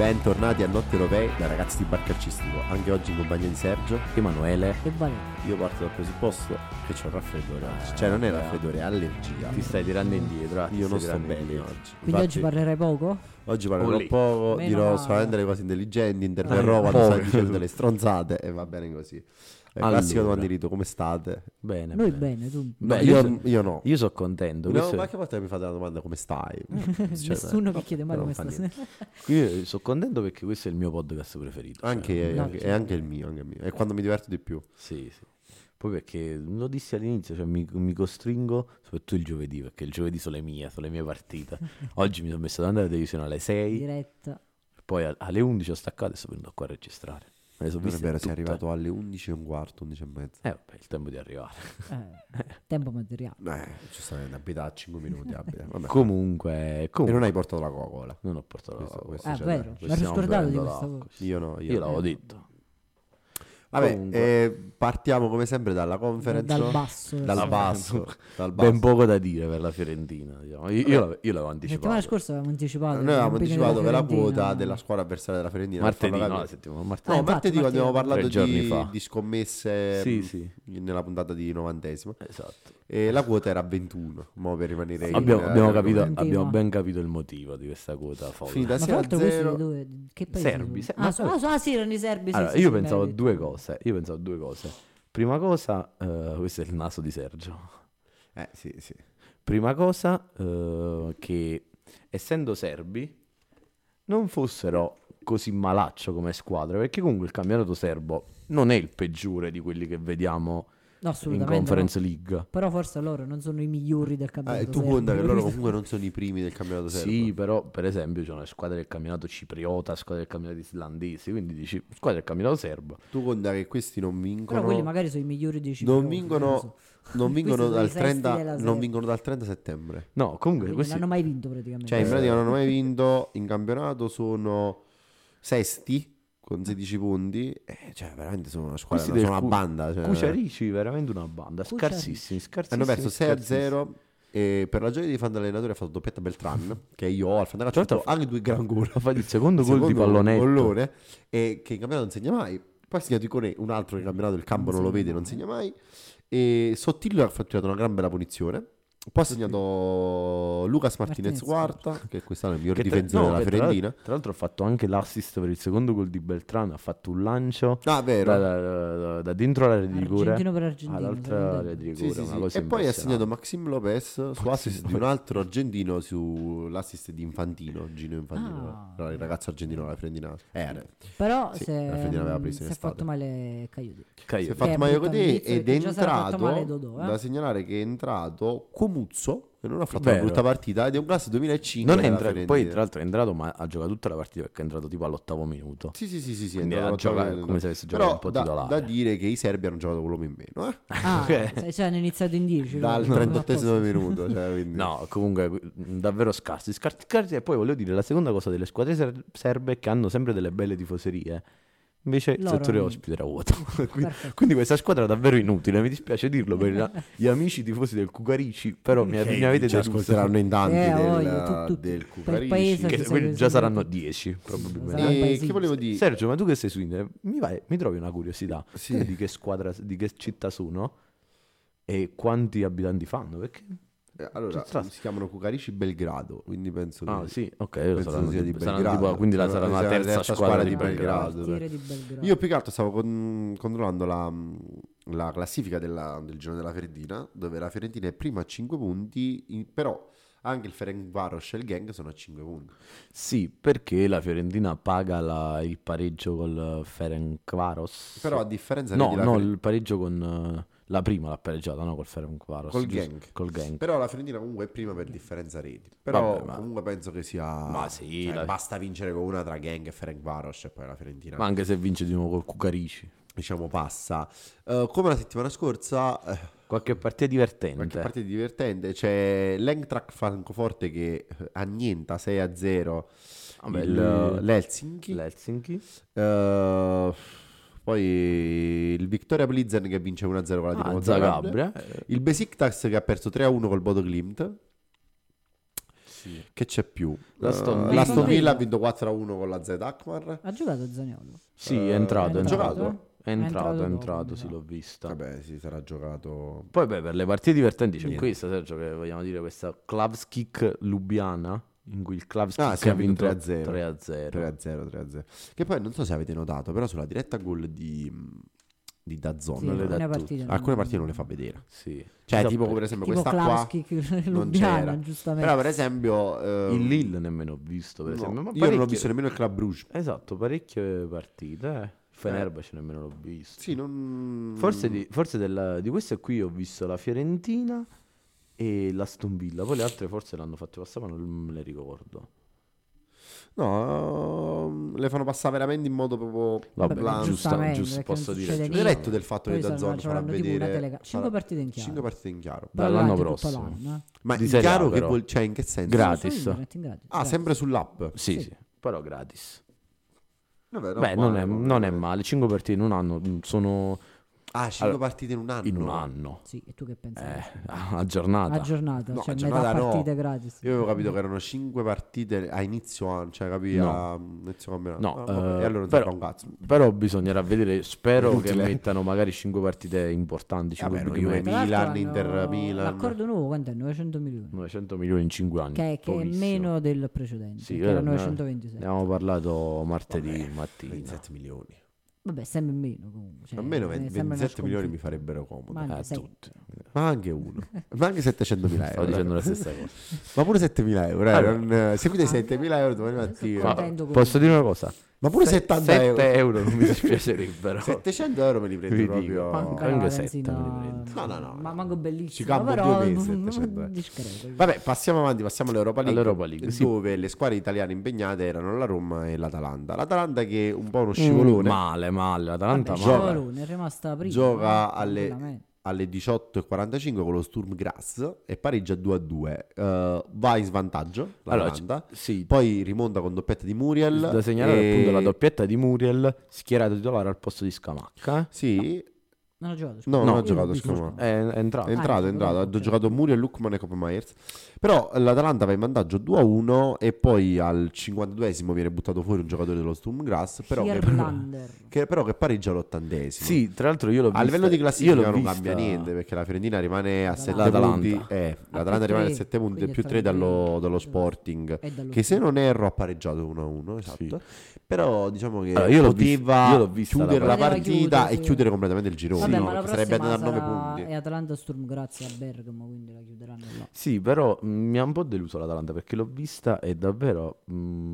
Bentornati a Notte Europei da ragazzi di Bar Calcistico. Anche oggi in compagnia di Sergio, Emanuele. E Valerio. Io parto dal presupposto che c'ho il raffreddore oggi. Cioè non è raffreddore, è allergia. Ti stai tirando indietro. Io non sto bene oggi. Quindi oggi parlerai poco? Oggi parlerò poco, Meno dirò male. solamente le cose intelligenti, interverrò quando stai dicendo delle stronzate e va bene così. È il classico domanda di rito, come state? Bene. Noi bene, tu? Beh, io no. Io sono contento. No, questo- ma che volta mi fate la domanda come stai? Nessuno che chiede mai non come fa sta. Io sono contento perché questo è il mio podcast preferito. Anche, No, è anche il mio, È quando mi diverto di più. Sì. Poi perché lo dissi all'inizio, cioè mi costringo, soprattutto il giovedì, perché il giovedì sono le mie partite. Oggi mi sono messo davanti alla televisione alle 6, Diretta. poi alle 11 ho staccato e sto venendo qua a registrare. Me le sono Non è viste vero, sei tutte. arrivato alle 11:15, 11:30. Vabbè, il tempo di arrivare. Tempo materiale. Giustamente, abita a 5 minuti. Abita. Vabbè. Comunque, E comunque, non hai portato la Coca-Cola. non ho portato Questo Ah, c'è vero. da- Mi Stiamo ero scordato di bevendo questa l'acqua, cosa. sì. Io no. Io l'avevo detto. Vabbè, Comunque. partiamo come sempre dalla conference. Dal no? basso. Dal basso. Dal basso. Ben poco da dire per la Fiorentina, diciamo. Io l'avevo La anticipato. settimana scorsa avevamo anticipato. Noi avevamo l'impegno anticipato che della la quota Fiorentina. della squadra avversaria della Fiorentina. Martedì, per farlo no, la capire. settimana. Martedì. No, infatti, martedì quando abbiamo parlato 3 giorni fa. di scommesse Sì. nella puntata di 90esimo. Esatto. E la quota era 21. Mo per rimanere in- Abbiamo capito, argomento. abbiamo ben capito il motivo di questa quota folle. Finita Ma tra 6 a l'altro questi 0. due, che paesi Serbi, sono? ma- Sì, erano i serbi. Sì, Allora, sì, io sì, pensavo a mi due avevi cose. Prima cosa, questo è il naso di Sergio. Sì. Prima cosa, che essendo serbi non fossero così malaccio come squadra, perché comunque il campionato serbo non è il peggiore di quelli che vediamo detto. No, in assolutamente. Conference no. League. Però forse loro non sono i migliori del campionato. Tu conta che serbo. loro comunque non sono i primi del campionato serbo. Sì, però per esempio c'è una squadra del campionato cipriota, squadra del campionato islandese, quindi dici squadra del campionato serbo. Tu conta che questi non Però vincono. quelli magari sono i migliori dei ciprioti. Non vincono, non vincono Questi sono dal i sesti 30, della non serie. vincono dal 30 settembre. No, comunque Non questi hanno mai vinto praticamente. Cioè in pratica non hanno mai vinto in campionato, sono sesti con 16 punti. Cioè veramente sono una squadra, Questi sono del una banda. Cioè, Cuciarici, veramente una banda, Cuciarici. scarsissimi. hanno perso 6 a 0 e per la gioia di fan dell'allenatore ha fatto doppietta Beltran, che io ho al fantacalcio, ho fatto anche due gran gol. Ha fatto il secondo gol di pallonetto. Gollone, e che in campionato non segna mai. Poi ha segnato Iconè, un altro che in campionato il campo non lo vede, non segna mai. E Sottillo ha fatto una gran bella punizione. Poi ha segnato Lucas Martinez Quarta, che quest'anno è il miglior Che difensore della che Fiorentina. tra l'altro ha fatto anche l'assist per il secondo gol di Beltrano, ha fatto un lancio Ah, vero. da dentro l'area di rigore Argentino per argentino. all'altra area di rigore, Sì. una cosa E poi ha segnato impressionante. Maxim Lopez su assist di un altro argentino sull'assist di Infantino, Gino Infantino, il ragazzo argentino della Fiorentina. Però Sì, se, la Fiorentina aveva preso in si è estate. fatto male Caiuti. Caio. Si è Che fatto è meglio brutto con te all'inizio, ed è perché già si era fatto male entrato, Dodò, da segnalare che è entrato Comuzzo, che non ha fatto Vero. una brutta partita, ed è un classe 2005 Non della entra, Fiorentina. poi tra l'altro è entrato, ma ha giocato tutta la partita perché è entrato tipo all'8° minuto. Sì, è Quindi entrato ha giocato all'ottavo come se avesse giocato Però un po' da titolare. dire che i serbi hanno giocato con l'uomo in meno, Ah, Ok. cioè hanno iniziato in 10. dal no? 38esimo minuto. Cioè, quindi... No, comunque davvero scarsi. E poi volevo dire la seconda cosa delle squadre serbe è che hanno sempre delle belle tifoserie. Invece il Loro settore no. ospite era vuoto. Perfetto. Quindi questa squadra è davvero inutile. Mi dispiace dirlo per gli amici tifosi del Cucarici, però mi avete ci deluso. ascolteranno in tanti tutti. del Per Cucarici. paese Che ci quelli sei già sempre saranno tutti. 10 probabilmente. Saranno E paesini. che volevo dire? Sergio, ma tu che sei su internet, mi trovi una curiosità. Sì. Tu di che squadra, di che città sono e quanti abitanti fanno? Perché... Allora, Cioè, si chiamano Cucarici Belgrado, quindi penso che... Ah sì, ok, penso saranno, sia di saranno Belgrado. tipo, quindi sarà una terza squadra di Belgrado. Quartiere di Belgrado. Io più che altro stavo controllando la classifica del girone della Fiorentina, dove la Fiorentina è prima a 5 punti, però anche il Ferencváros e il Genk sono a 5 punti. Sì, perché la Fiorentina paga il pareggio col Ferencváros. Però a differenza No, vedi la no, Fiorentina- il pareggio con la prima l'ha pareggiata, no, col Ferencváros. Col giusto? Genk. Col Genk. Però la Fiorentina comunque è prima per differenza reti. Però Vabbè, ma- comunque penso che sia... Ma sì, cioè, la- basta vincere con una tra Genk e Ferencváros e poi la Fiorentina... Ma anche se vince di nuovo col Cucarici. diciamo passa. Come la settimana scorsa, Qualche partita divertente. qualche partita divertente, c'è l'Eintracht Francoforte che annienta 6-0 Vabbè, l'Helsinki. l'Helsinki. Poi il Victoria Plizen che vince 1-0 con la Dinamo Zagabria. Zagabria. Il Besiktas che ha perso 3-1 col Bodo Glimt. Che c'è più? L'Aston Villa. L'Aston Villa ha vinto 4-1 con la Z Akmar. Ha giocato Zaniolo. Sì, è entrato, È è entrato? entrato. È entrato, dopo, entrato, sì, esatto. l'ho vista. Vabbè, si sarà giocato. Poi beh, per le partite divertenti c'è Niente. questa, Sergio, che vogliamo dire, questa Klavskik Lubiana, in cui il Klavskik Ah, sì, ha vinto 3-0. 3-0. 3-0. Che poi non so se avete notato, però sulla diretta gol di DAZN Sì, non le dà alcune tutte. partite alcune partite non le fa vedere. Sì. Cioè, Chissà tipo perché. per esempio Tipo questa qua Klavski, non Lubiana, c'era. giustamente. Però per esempio Il Lille nemmeno ho visto, per no, esempio. Ma io non ho parecchie- visto nemmeno il Club Brugge. Esatto, parecchie partite. Fenerbahce nemmeno l'ho visto. Sì, non Forse di queste qui ho visto la Fiorentina e l'Aston Villa. Poi le altre forse l'hanno fatte passare, ma non me le ricordo. No, le fanno passare veramente in modo proprio Vabbè, blanco. giustamente, giusto, perché posso non dire. succede Avete niente. letto del fatto che Poi DAZN farà c'hanno tipo una vedere 5 partite in chiaro. 5 partite in chiaro. Però Dall'anno davanti tutto prossimo. l'anno, eh. Ma Di in Serie A, chiaro che però. vuol, cioè in che senso? Gratis. Solo io, metti in gratis. Ah, Gratis. sempre sull'app. Sì, Sì. sì, però gratis. Vabbè, Beh, non è male. 5 partite in un anno sono Ah, 5 partite in un anno. in un anno. Sì, e tu che pensi? A giornata. A giornata, No, cioè a metà giornata no. partite gratis. Io avevo capito che erano 5 partite a inizio anno, cioè capì, No. a inizio campionato. No, Ah, vabbè, e allora non si però- fa un cazzo. Però bisognerà vedere. Spero che Inutile. mettano magari 5 partite importanti. 5 Vabbè, no, big Juve, match. Tra l'altro Milan, hanno Inter, Milan. L'accordo nuovo quanto è? 900 milioni. 900 milioni in 5 anni. Che è Pochissimo. meno del precedente, Sì, che era ne 926. abbiamo parlato martedì Vabbè, mattina. 27 milioni. Vabbè, sempre meno comunque. Cioè, A me sembra una 27 milioni mi sconfitta. farebbero comodo. Ma anche sei. Tutti. Ma anche uno. Ma anche 700.000 Stavo euro. dicendo la stessa cosa. Ma pure 7.000 euro. Allora. Seguite 7.000 euro domani mattina. Ma- Ma posso dire una cosa? Ma pure 70 7 euro. euro non mi dispiacerebbero. 700 euro me li prendo Vi proprio. dico. Manca Anche la sette benzina- me li prendo. No. Ma manco bellissimo. Ci campo però 2 mesi, 700 euro. discreto. Vabbè, passiamo avanti, passiamo all'Europa League, All'Europa League, sì. dove le squadre italiane impegnate erano la Roma e l'Atalanta. L'Atalanta che è un po' uno scivolone, Male, l'Atalanta Vabbè, male. scivolone, è rimasta prima. gioca alle, tranquillamente. alle 18:45 con lo Sturm Graz e pareggia 2-2. Va in svantaggio Allora, l'Atalanta, sì, poi rimonta con doppietta di Muriel. da segnalare e- appunto la doppietta di Muriel, schierato titolare al posto di Scamacca. Sì, Non ha giocato. no, scusa. non No, ha giocato, Io ho visto scusa. Scamacca. È entrato. È entrato, ha ok. giocato Muriel, Lukman e Coppa Myers. Però l'Atalanta va in vantaggio 2-1 e poi al 52esimo viene buttato fuori un giocatore dello Sturm Graz, però Hierlander. che pareggia all'80esimo. Sì, tra l'altro io l'ho vista. A livello di io classifica l'ho non vista- cambia niente perché la Fiorentina rimane a 7 L'Atalanta. punti. L'Atalanta rimane a tre, 7 punti, quindi più è 3 tra dallo i- Sporting. E dallo Che se Sport. non erro ha pareggiato 1-1, esatto. Però diciamo che Allora, io l'ho poteva io l'ho vista chiudere la la partita. partita Poteva e chiudere, chiudere completamente il girone. Vabbè, no? ma la Perché sarebbe prossima andato a 9 sarà punti. è Atalanta Sturm grazie a Bergamo, quindi la chiuderanno là. Sì, però mi ha un po' deluso l'Atalanta perché l'ho vista e davvero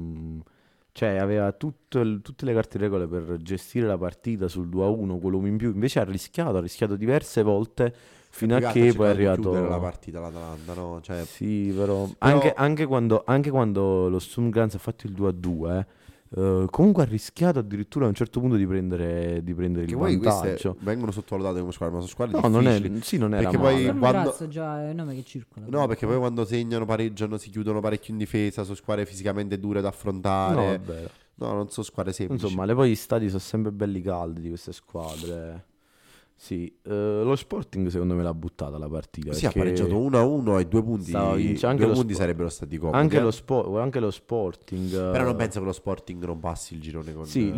cioè aveva tutte le carte in regole per gestire la partita sul 2-1, quello in più, invece ha rischiato diverse volte fino a Più che altro poi è ha cercato di arrivato chiudere la partita l'Atalanta, no? Cioè, Sì, però Però- anche quando lo Sturm Graz ha fatto il 2-2, comunque ha rischiato addirittura a un certo punto di prendere che il poi queste vantaggio. vengono sottovalutate come squadre, ma sono squadre No, non, difficili. non era Perché male. poi- Sturm quando- Graz già è un nome che circola. No, perché poi quando segnano, pareggiano, si chiudono parecchio in difesa, sono squadre fisicamente dure da No, affrontare. vabbè. No, non sono squadre semplici. Insomma, poi gli stadi sono sempre belli caldi di queste squadre. Sì, lo Sporting secondo me l'ha buttata la partita. Sì, ha perché pareggiato 1-1 e 2 punti. stava vincendo anche 2 lo punti Spo- sarebbero stati comodi. anche eh. anche lo Sporting. Però non penso che lo Sporting non passi il girone con... Sì,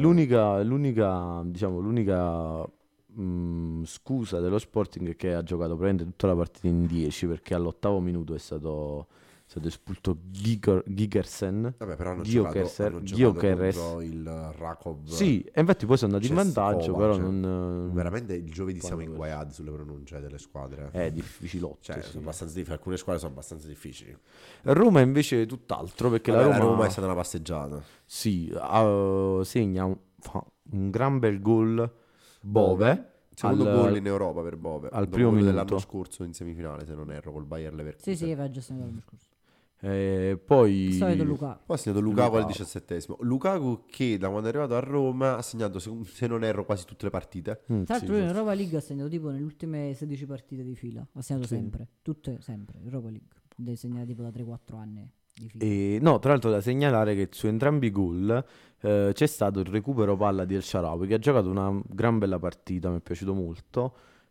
l'unica scusa dello Sporting è che ha giocato praticamente tutta la partita in 10 perché all'8° minuto è stato espulso Gigersen. Vabbè, però hanno Gyökeres- giocato Gyökeres. contro il Rakov. Sì, e infatti poi sono andati in Ceskova, vantaggio, però cioè, non... Veramente il giovedì siamo Quando- inguaiati sulle pronunce delle squadre. È difficilotto. Cioè, sì. sono abbastanza difficili. Alcune squadre sono abbastanza difficili. Roma invece è tutt'altro perché Vabbè, la Roma, è stata una passeggiata. sì, segna fa un gran bel gol Bove. Secondo al- gol in Europa per Bove. al Dopo primo quello minuto. dell'anno scorso in semifinale, se non erro, col Bayer Leverkusen. Sì, aveva già segnato l'anno scorso. Poi Il solito Luca. Poi ha segnato Lukaku al Lukaku. 17esimo. Lukaku che da quando è arrivato a Roma ha segnato, se non erro, quasi tutte le partite. Mm, Tra sì, l'altro lui in sì. Europa League ha segnato tipo nelle ultime 16 partite di fila. Ha segnato Sì. sempre. Tutte sempre. Europa League. Deve segnare tipo da 3-4 anni di fila. E, no, tra l'altro da segnalare che su entrambi i gol c'è stato il recupero palla di El Shaarawy che ha giocato una gran bella partita, mi è piaciuto molto.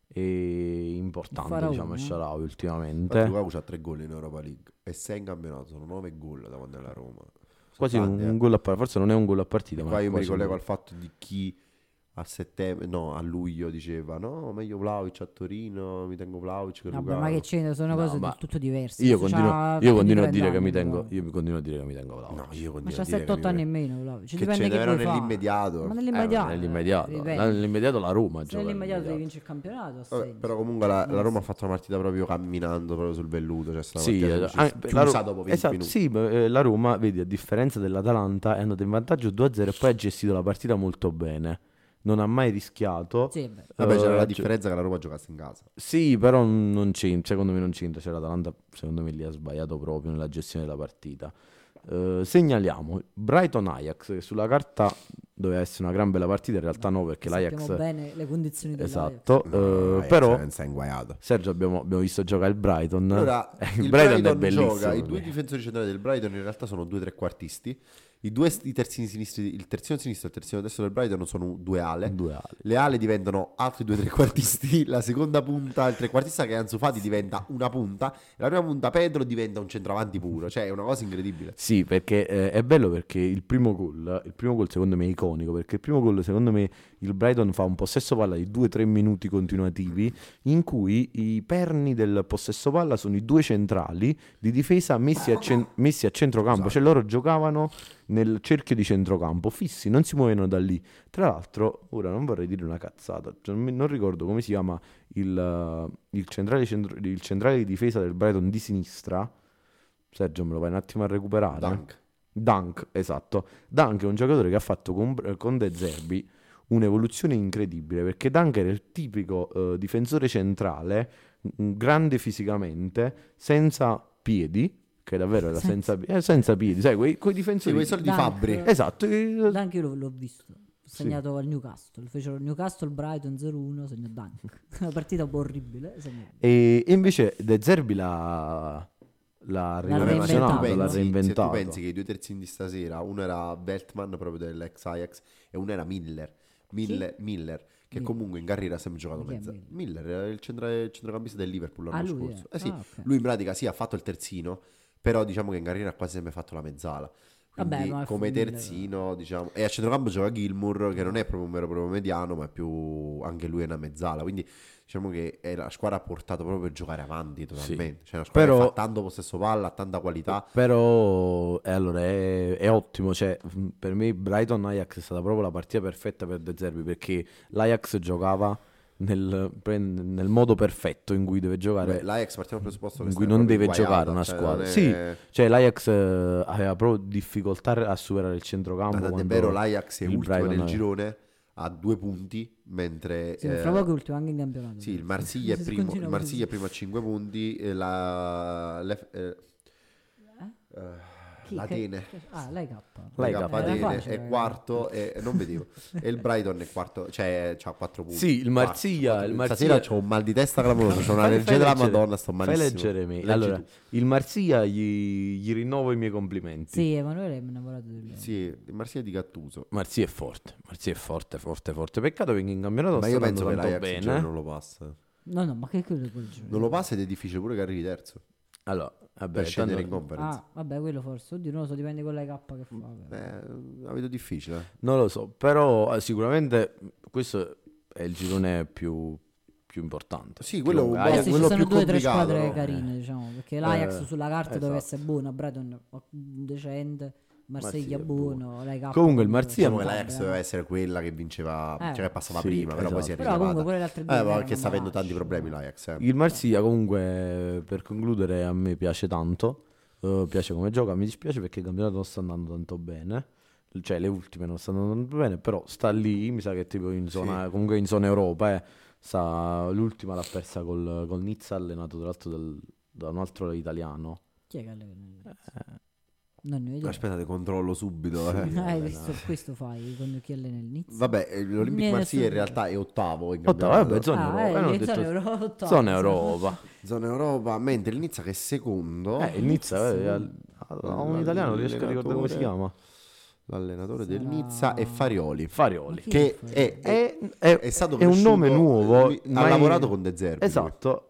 e importante, Faraoni, diciamo, El Shaarawy Infatti ultimamente. Lukaku c'ha 3 gol in Europa League e 6 in campionato, sono 9 gol da quando è la Roma. Sono Quasi tanti, un gol a partita, forse non è un gol a partita, E ma qua è io mi quasi un ricollego gol. al fatto di chi a settembre, no, a luglio diceva no, meglio Vlahovic a Torino, mi tengo Vlahovic che Vabbè, ma Lukaku. che c'è? Sono No, cose ma del tutto diverse. Io Adesso continuo, c'ha io più di continuo a 30 dire che mi anni, tengo, Vlahovic. io continuo a dire che mi tengo Vlahovic. No, io Ma continuo c'ha a dire 7-8 che anni in meno, Vlahovic. che Dipende ce che n'era vuoi fare. nell'immediato. Ma nell'immediato. Nell'immediato, dipende. nell'immediato la Roma Se gioca nell'immediato devi nell'immediato. vincere il campionato, ha Vabbè, senso. però comunque la Roma ha fatto una partita proprio camminando proprio sul velluto, cioè stata Sì, una partita anche- chiusa dopo 20 esatto, minuti. sì, la Roma, vedi, a differenza dell'Atalanta, è andata in vantaggio 2-0 e poi ha gestito la partita molto bene. Non ha mai rischiato. Sì, beh. Vabbè, c'era la gio- differenza che la Roma giocasse in casa. Sì, però non c'entra, secondo me non c'entra. Cioè, l'Atalanta, secondo me, lì ha sbagliato proprio nella gestione della partita. Segnaliamo Brighton-Ajax, che sulla carta doveva essere una gran bella partita, in realtà no, perché Sappiamo l'Ajax... bene le condizioni dell'Ajax. Esatto, però non sei inguaiato. Sergio abbiamo visto giocare il Brighton. Allora, Il il Brighton è Brighton bellissimo. gioca, i due difensori centrali del Brighton in realtà sono 2 trequartisti. I terzini sinistri, il terzino sinistro e il terzino destro del Brighton sono 2 ale. Due ali. Le ale diventano altri 2 trequartisti. La seconda punta, il trequartista che è Ansu Fati diventa una punta. E la prima punta Pedro diventa un centravanti puro. Cioè è una cosa incredibile. Sì, perché è bello perché il primo gol secondo me è iconico, perché il primo gol secondo me il Brighton fa un possesso palla di 2-3 minuti continuativi in cui i perni del possesso palla sono i due centrali di difesa messi a centrocampo, Esatto. cioè loro giocavano nel cerchio di centrocampo, fissi, non si muovevano da lì. Tra l'altro, ora non vorrei dire una cazzata, cioè non ricordo come si chiama il centrale di difesa del Brighton di sinistra. Sergio, me lo vai un attimo a recuperare? Dunk, esatto. Dunk è un giocatore che ha fatto con De Zerbi un'evoluzione incredibile, perché Dunk era il tipico difensore centrale, grande fisicamente, senza piedi, che davvero era senza piedi, sai, quei Sì, difensori... quei soldi Dunk. fabbri. Esatto, Anche io l'ho visto. Segnato al Newcastle. Fecero Newcastle Brighton 0-1. Segnò Dunk. Una partita un po' orribile. Segnò. e invece De Zerbi l'ha rivoluzionato, reinventato. l'ha Se tu reinventato. pensi che i 2 terzini di stasera, uno era Veltman proprio dell'ex Ajax e uno era Miller, che comunque in carriera ha sempre giocato Chi è mezza. Miller? Miller era il centrocampista del Liverpool l'anno lui scorso. è. Sì, Ah, ok. lui in pratica sì ha fatto il terzino, però diciamo che in carriera ha quasi sempre fatto la mezzala. Quindi Vabbè, ma è come Miller. terzino, diciamo, e a centrocampo gioca Gilmour, che non è proprio un vero e proprio mediano, ma è più anche lui è una mezzala. Quindi diciamo che la squadra ha portato proprio per giocare avanti totalmente. Cioè una squadra Però- che fa tanto possesso palla, ha tanta qualità. Però allora è ottimo, cioè, per me Brighton-Ajax è stata proprio la partita perfetta per De Zerbi, perché l'Ajax giocava nel modo perfetto in cui deve giocare, Beh, l'Ajax partiamo dal presupposto che in cui sta non proprio deve giocare inguaiata, una cioè, squadra. non è- Sì, cioè l'Ajax aveva proprio difficoltà a superare il centrocampo. Tant'è quando vero, l'Ajax è il ultimo Brighton nel aveva- girone a 2 punti, mentre Sì, fra poco è ultimo anche in campionato. sì, il Marsiglia è Se primo, continua il così. Marsiglia è primo a 5 punti, e Chi- l'Atene. l'AIK. L'AIK. L'AIK Era Atene facile, è quarto e non vedevo. E il Brighton è quarto, cioè c'ha 4 punti. Sì, il Marsiglia- Quarto, il quarto. Marsiglia- Stasera c'ho un mal di testa clamoroso, c'ho Fai un'allergia della leggere- Madonna, sto fai malissimo. leggere me. Leggi Allora, tu. il Marsiglia gli rinnovo i miei complimenti. Sì, Emanuele è innamorato di lui. Sì, il Marsiglia di Gattuso. Marsiglia è forte, forte. Peccato che in campionato Ma sta io penso andando che tanto l'Ajax in bene. genere non lo passa. No, ma che quello quel giorno? Non lo passa ed è difficile pure che arrivi terzo Allora, vabbè, per scendere in tanto- conference. Ah, vabbè, quello forse. Oddio, non lo so, dipende con l'AIK che fa. vabbè. La vedo difficile. non lo so, però sicuramente questo è il girone più importante. Sì, quello è un Ajax- Eh sì, ci quello sono più 2 o 3 complicato, squadre no? carine, diciamo, perché l'Ajax sulla carta esatto. deve essere buona, Brighton decente, Marsiglia Marsiglia buono, l'AIK Comunque il Marsiglia- Diciamo che va l'Ajax bene. doveva essere quella che vinceva, cioè che passava sì, prima, però poi si è esatto. Però comunque rilevata. pure le altre due Ma erano che sta avendo tanti malacce. problemi l'Ajax. Il Marsiglia comunque, per concludere, a me piace tanto, piace come gioca, mi dispiace perché il campionato non sta andando tanto bene, cioè le ultime non stanno andando tanto bene, però sta lì, mi sa che tipo in zona, comunque in zona Europa, l'ultima l'ha persa col Nizza, allenato tra l'altro da un altro italiano. Chi è che allena nel Nizza? Non ne vedo. Aspettate, controllo subito. Questo fai con chi allena il Nizza? Vabbè, l'Olympic Viene Marsiglia in subito. realtà è ottavo in Ottavo, campionato. vabbè, zona Europa. le hanno zone detto- Europa, zona Europa. Zona Europa, mentre il Nizza che è secondo. Il Nizza ha un italiano, non riesco a ricordare come si chiama. L'allenatore del Sarà- Nizza è Farioli. Farioli. Ma chi Che Farioli? è stato è un cresciuto- nome nuovo. lui ha ma è- lavorato con De Zerbi. Esatto.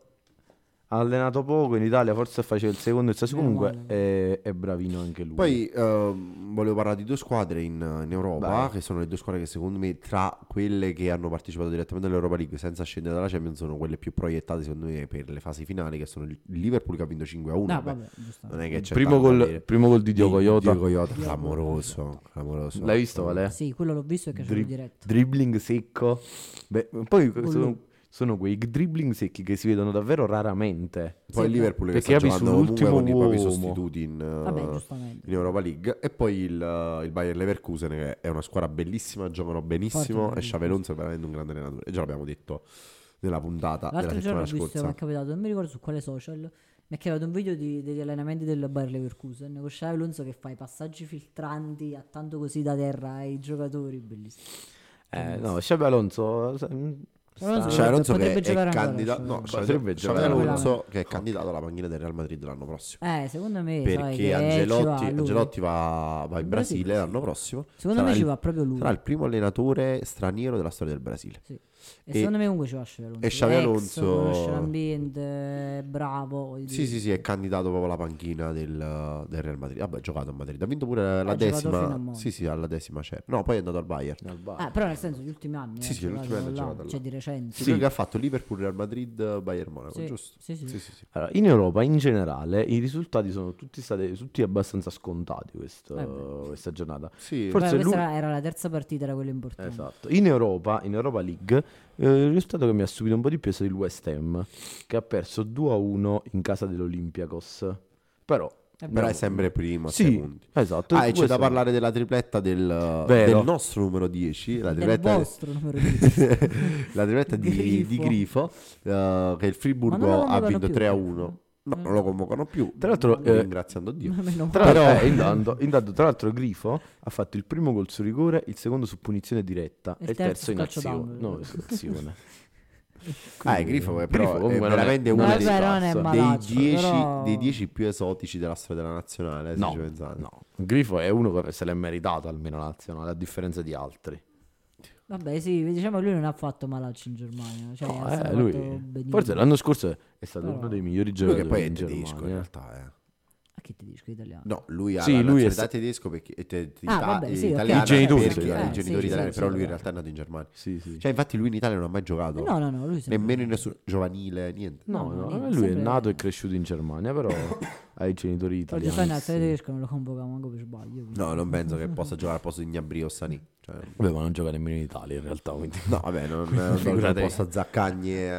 Ha allenato poco in Italia, forse faceva il secondo e il terzo. Meno Comunque male. è bravino anche lui. Poi volevo parlare di 2 squadre in Europa, Vai. che sono le 2 squadre che secondo me tra quelle che hanno partecipato direttamente all'Europa League senza scendere dalla Champions sono quelle più proiettate secondo me per le fasi finali, che sono il Liverpool che ha vinto 5-1. No, Beh, vabbè, giustamente. non è che c'è primo tanto da gol, dire. primo gol di Diogo Jota. Diogo Jota, Diogo clamoroso, clamoroso. L'hai visto, Vale? Sì, quello l'ho visto e che c'è Dri- diretto. dribbling secco. Beh, poi Gol. sono quei dribbling secchi che si vedono davvero raramente. Poi il Sì, Liverpool che perché sta capi giocando comunque sull'ultimo con i propri uomo. sostituti in, Vabbè, giustamente. in Europa League, e poi il Bayer Leverkusen che è una squadra bellissima, giocano benissimo, Forte e Xabi Alonso è veramente un grande allenatore, e già l'abbiamo detto nella puntata della L'altro giorno settimana ho visto, mi scorsa. è capitato, non mi ricordo su quale social, mi è capitato un video degli allenamenti del Bayer Leverkusen con Xabi Alonso che fa i passaggi filtranti a tanto così da terra ai giocatori, bellissimo. No, Xabi Alonso Alonso Xabi Alonso che potrebbe è giocare ancora, candidato, Xabi no, Alonso. Potrebbe Xabi giocare Alonso che è candidato alla panchina del Real Madrid l'anno prossimo. Secondo me sai Perché che Angelotti, ci va lui. Angelotti va in Brasile Brasile, l'anno prossimo. Secondo Sarà me ci il- va proprio lui. Sarà il primo allenatore straniero della storia del Brasile. Sì. E E- secondo me comunque ci va Xabi Alonso. e Xabi Ex, Alonso- conosce l'ambiente, è bravo. voglio Sì, dire. sì, sì, è candidato proprio alla panchina del Real Madrid. Vabbè, ha giocato a Madrid. Ha vinto pure la Ha giocato fino a decima. mo'. Sì, sì, alla decima c'è. No, poi è andato al Bayern. Però nel senso gli ultimi anni. Sì, sì, gli ultimi anni ha giocato là. Cioè di recente. Sì, lui che ha fatto Liverpool, Real Madrid, Bayern Monaco, Sì, giusto? sì, sì. Sì, sì, sì. Allora, in Europa in generale i risultati sono tutti abbastanza scontati beh. questa giornata. Sì, Forse Questa lui- era la terza partita, era quella importante. Esatto. In Europa League, il risultato che mi ha stupito un po' di più è stato il West Ham, che ha perso 2-1 in casa dell'Olympiakos. Però Però è sempre primo, a sì, 6 punti. esatto. Ah, e c'è West da Ham- parlare della tripletta del Vero. nostro numero 10, la Del tripletta, vostro numero 10. la tripletta di Grifo, che il Ma non Friburgo lo ha convocano vinto più. 3-1. No, non lo convocano più. Tra l'altro, ringraziando Dio. Meno Tra male. l'altro, intanto, tra l'altro Grifo ha fatto il primo gol su rigore, il secondo su punizione diretta Il e il terzo terzo in calcio azione. d'angolo. No, in azione. Grifo, Grifo però è comunque non è- veramente non uno è dei, Vabbè, non è scarso. malaccio, però- dei 10 più esotici della storia della nazionale, se No, ci pensate. no, Grifo è uno che se l'è meritato almeno la nazionale, a differenza di altri. Vabbè, sì, diciamo lui non ha fatto malaccio in Germania. Cioè, No, ha sempre lui, fatto benissimo. forse l'anno scorso è stato Però- uno dei migliori Lui giocatori che poi è in tedesco in Germania. realtà, A che ti dico italiano? No, lui ha Sì, la lui è nazionalità tedesco perché vabbè, sì, ok. italiana I genitori perché sono ha i italiani. genitori Sì, italiani, sì, però sì, lui in sì. realtà è nato in Germania. Sì, sì. Cioè, infatti lui in Italia non ha mai giocato. No, lui sempre- Nemmeno in nessun giovanile, niente. No, No, no, niente, lui è sempre- nato e cresciuto in Germania, però ha i genitori Oggi sai, italiani. nazionale tedesco non lo convocavo manco per sbaglio. quindi- No, non penso che possa giocare al posto di Gnabry o Sané. Cioè, Vabbè, ma non gioca nemmeno in Italia in realtà, quindi. no, vabbè, non Figurate. posso a Zaccagni e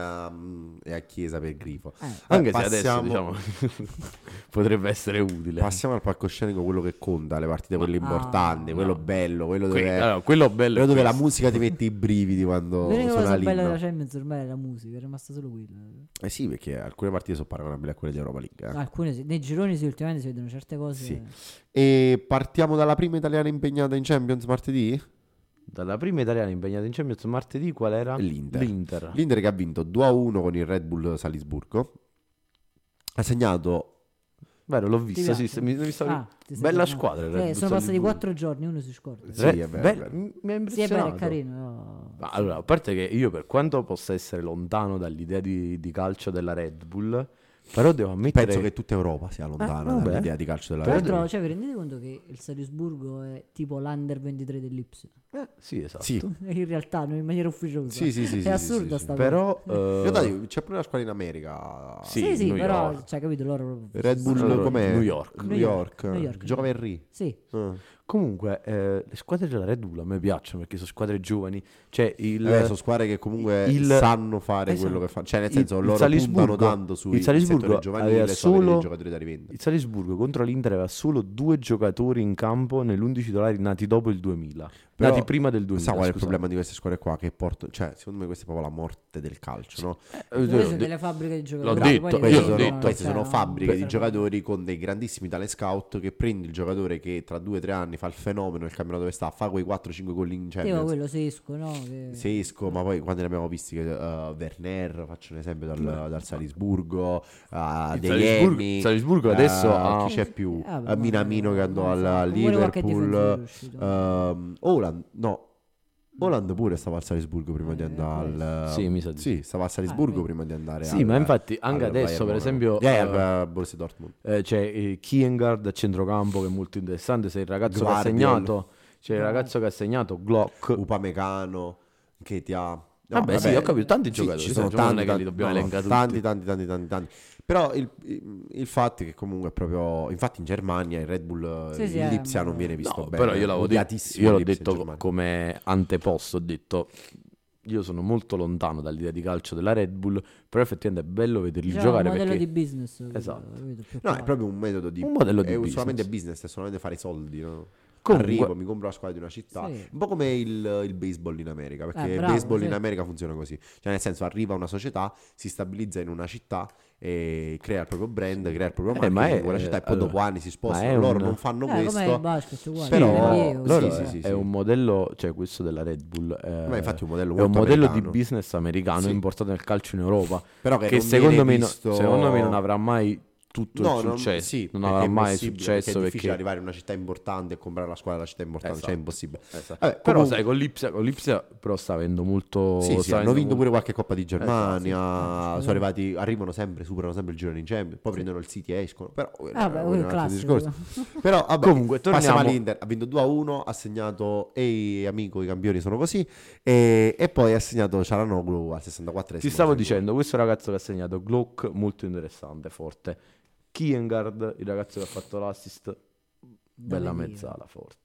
a Chiesa per Grifo. Anche se passiamo- adesso, diciamo, potrebbe essere utile. Passiamo al palcoscenico, quello che conta, le partite quelle importanti, quello bello, quello Allora, quello bello quello è dove la questo. musica ti mette i brividi quando L'unica suona cosa bella l'inno. della Champions ormai è la musica, è rimasta solo quella. Eh sì, perché alcune partite sono paragonabili a quelle di Europa League. Alcune sì, nei gironi sì, ultimamente si vedono certe cose. Sì. E partiamo dalla prima italiana impegnata in Champions martedì? Dalla prima italiana impegnata in Champions martedì, qual era? L'Inter. L'Inter che ha vinto 2-1 con il Red Bull Salisburgo. Ha segnato. Vero, l'ho Ti vista, sì, piace? mi stavo- Ti sei Bella tornato. squadra il Red Bull sono passati Salisburgo. 4 giorni, uno si scorda. Sì, è vero, è vero. Mi ha Sì, è impressionato. bello, è carino. no. Ma allora, a parte che io, per quanto possa essere lontano dall'idea di calcio della Red Bull, però devo ammettere. Penso che tutta Europa sia lontana vabbè. dall'idea di calcio della Tra Red l'altro, Bull. cioè, vi rendete conto che il Salisburgo è tipo l'Under 23 dell'Ipsia? Sì, esatto. Sì. In realtà, non in maniera ufficiosa. Sì, sì, sì, È sì, assurda sì, sta Però In realtà c'è pure una squadra in America. Sì, Sì, New però, York. cioè, capito, loro... Red Bull Allora, com'è? New York. New York. New York. Gioca Henry. Sì. Comunque, le squadre della Red Bull a me piacciono perché sono squadre giovani. Cioè, il, Sono squadre che comunque il- sanno fare esatto. quello che fanno. Cioè, nel Il- senso, il loro Salisburgo- puntano tanto sui il Salisburgo settore giovanile aveva e su avere solo- dei giocatori da rivendere. il Salisburgo contro l'Inter aveva solo 2 giocatori in campo nell'11 titolari nati dopo il 2000. Però, Nati prima del 2000. Sa qual è il scusate. problema di queste squadre qua? Che portano, cioè, secondo me questa è proprio la morte del calcio, no? Queste sono delle fabbriche di giocatori. l'ho poi detto, li io l'ho Queste vendono, sono, detto. queste cioè, sono non fabbriche di servono. giocatori con dei grandissimi talent scout che prendi il giocatore che tra 2 o 3 anni fa il fenomeno nel campionato dove sta, fa quei 4-5 gol in Tipo Champions. quello Sesco, no? Che... Sesco, ma poi quando ne abbiamo visti che Werner, faccio un esempio dal Salisburgo, Il Degli Salisburgo adesso ha- chi c'è più? vabbè, Minamino che andò al pure qualche difensore è Liverpool, uscito. Holland pure stava al Salisburgo prima di andare al Sì, mi sa di sì, stava al Salisburgo vedi. prima di andare Sì, ma infatti anche al adesso, per Bayern esempio, Monaco. al Borussia Dortmund. c'è Kiengard a centrocampo che è molto interessante. Se il ragazzo che ha Guardiol. segnato, c'è il ragazzo che ha segnato Glock. Upamecano, Ketia. Vabbè, sì, ho capito, tanti sì, giocatori, ci sono cioè, non è tanti, che li dobbiamo elencare tanti. Però il fatto è che comunque è proprio, infatti in Germania il Red Bull, Sì, sì, il Lipsia non viene visto No, bene. però io l'avevo detto, odiatissimo io l'ho il Lipsia in detto Germania. come anteposto, ho detto io sono molto lontano dall'idea di calcio della Red Bull, però effettivamente è bello vederli Diciamo giocare un modello perché di business. Esatto. capito, più No, è claro. proprio un metodo di Un modello di è business. solamente business, è solamente fare i soldi, no? Comunque- Arrivo, mi compro la squadra di una città. Sì. Un po' come il baseball in America, perché il bravo, baseball sì. in America funziona così. Cioè, nel senso, arriva una società, si stabilizza in una città e crea il proprio brand, crea il proprio ma marketing è- in quella città e poi allora, dopo anni si ma spostano. è Loro un- non fanno Come il questo. basket, uguale. Però- NBA, loro sì, è, sì, è sì. un modello, cioè questo della Red Bull Ma infatti è un modello è un molto modello americano. di business americano Sì. importato nel calcio in Europa, Però che non secondo viene me, visto- secondo me non avrà mai tutto No, il successo, sì, non perché avrà è mai impossibile, successo perché è difficile perché arrivare in una città importante e comprare la squadra della città importante, cioè è Esatto. impossibile. Esatto. Vabbè, Però comunque- sai, con l'Ipsia però sta avendo molto Sì, sì, sta hanno avendo vinto molto- pure qualche Coppa di Germania, Esatto, sì. sono arrivati, arrivano sempre, superano sempre il girone in Champions, poi prendono il City e escono, però Vabbè, quello è un altro classico. discorso. Però vabbè, Comunque, torniamo- passiamo all'Inter, ha vinto 2-1, ha segnato Ehi amico, i campioni sono così e poi ha segnato Cialanoglu al 64esimo. Ti stavo secondo. dicendo, questo ragazzo che ha segnato Glock, molto interessante, forte. Kiengard, il ragazzo che ha fatto l'assist, bella venire. mezzala,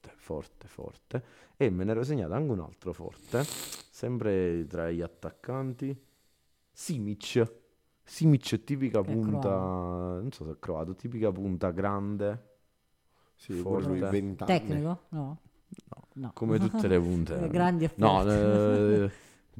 forte. E me ne ero segnato anche un altro forte, sempre tra gli attaccanti. Simic, tipica Che è punta, croato. non so se è croato, tipica punta grande, Sì, pure lui forte. 20 anni. Tecnico? No. No. come tutte le punte. Grandi e No, forti.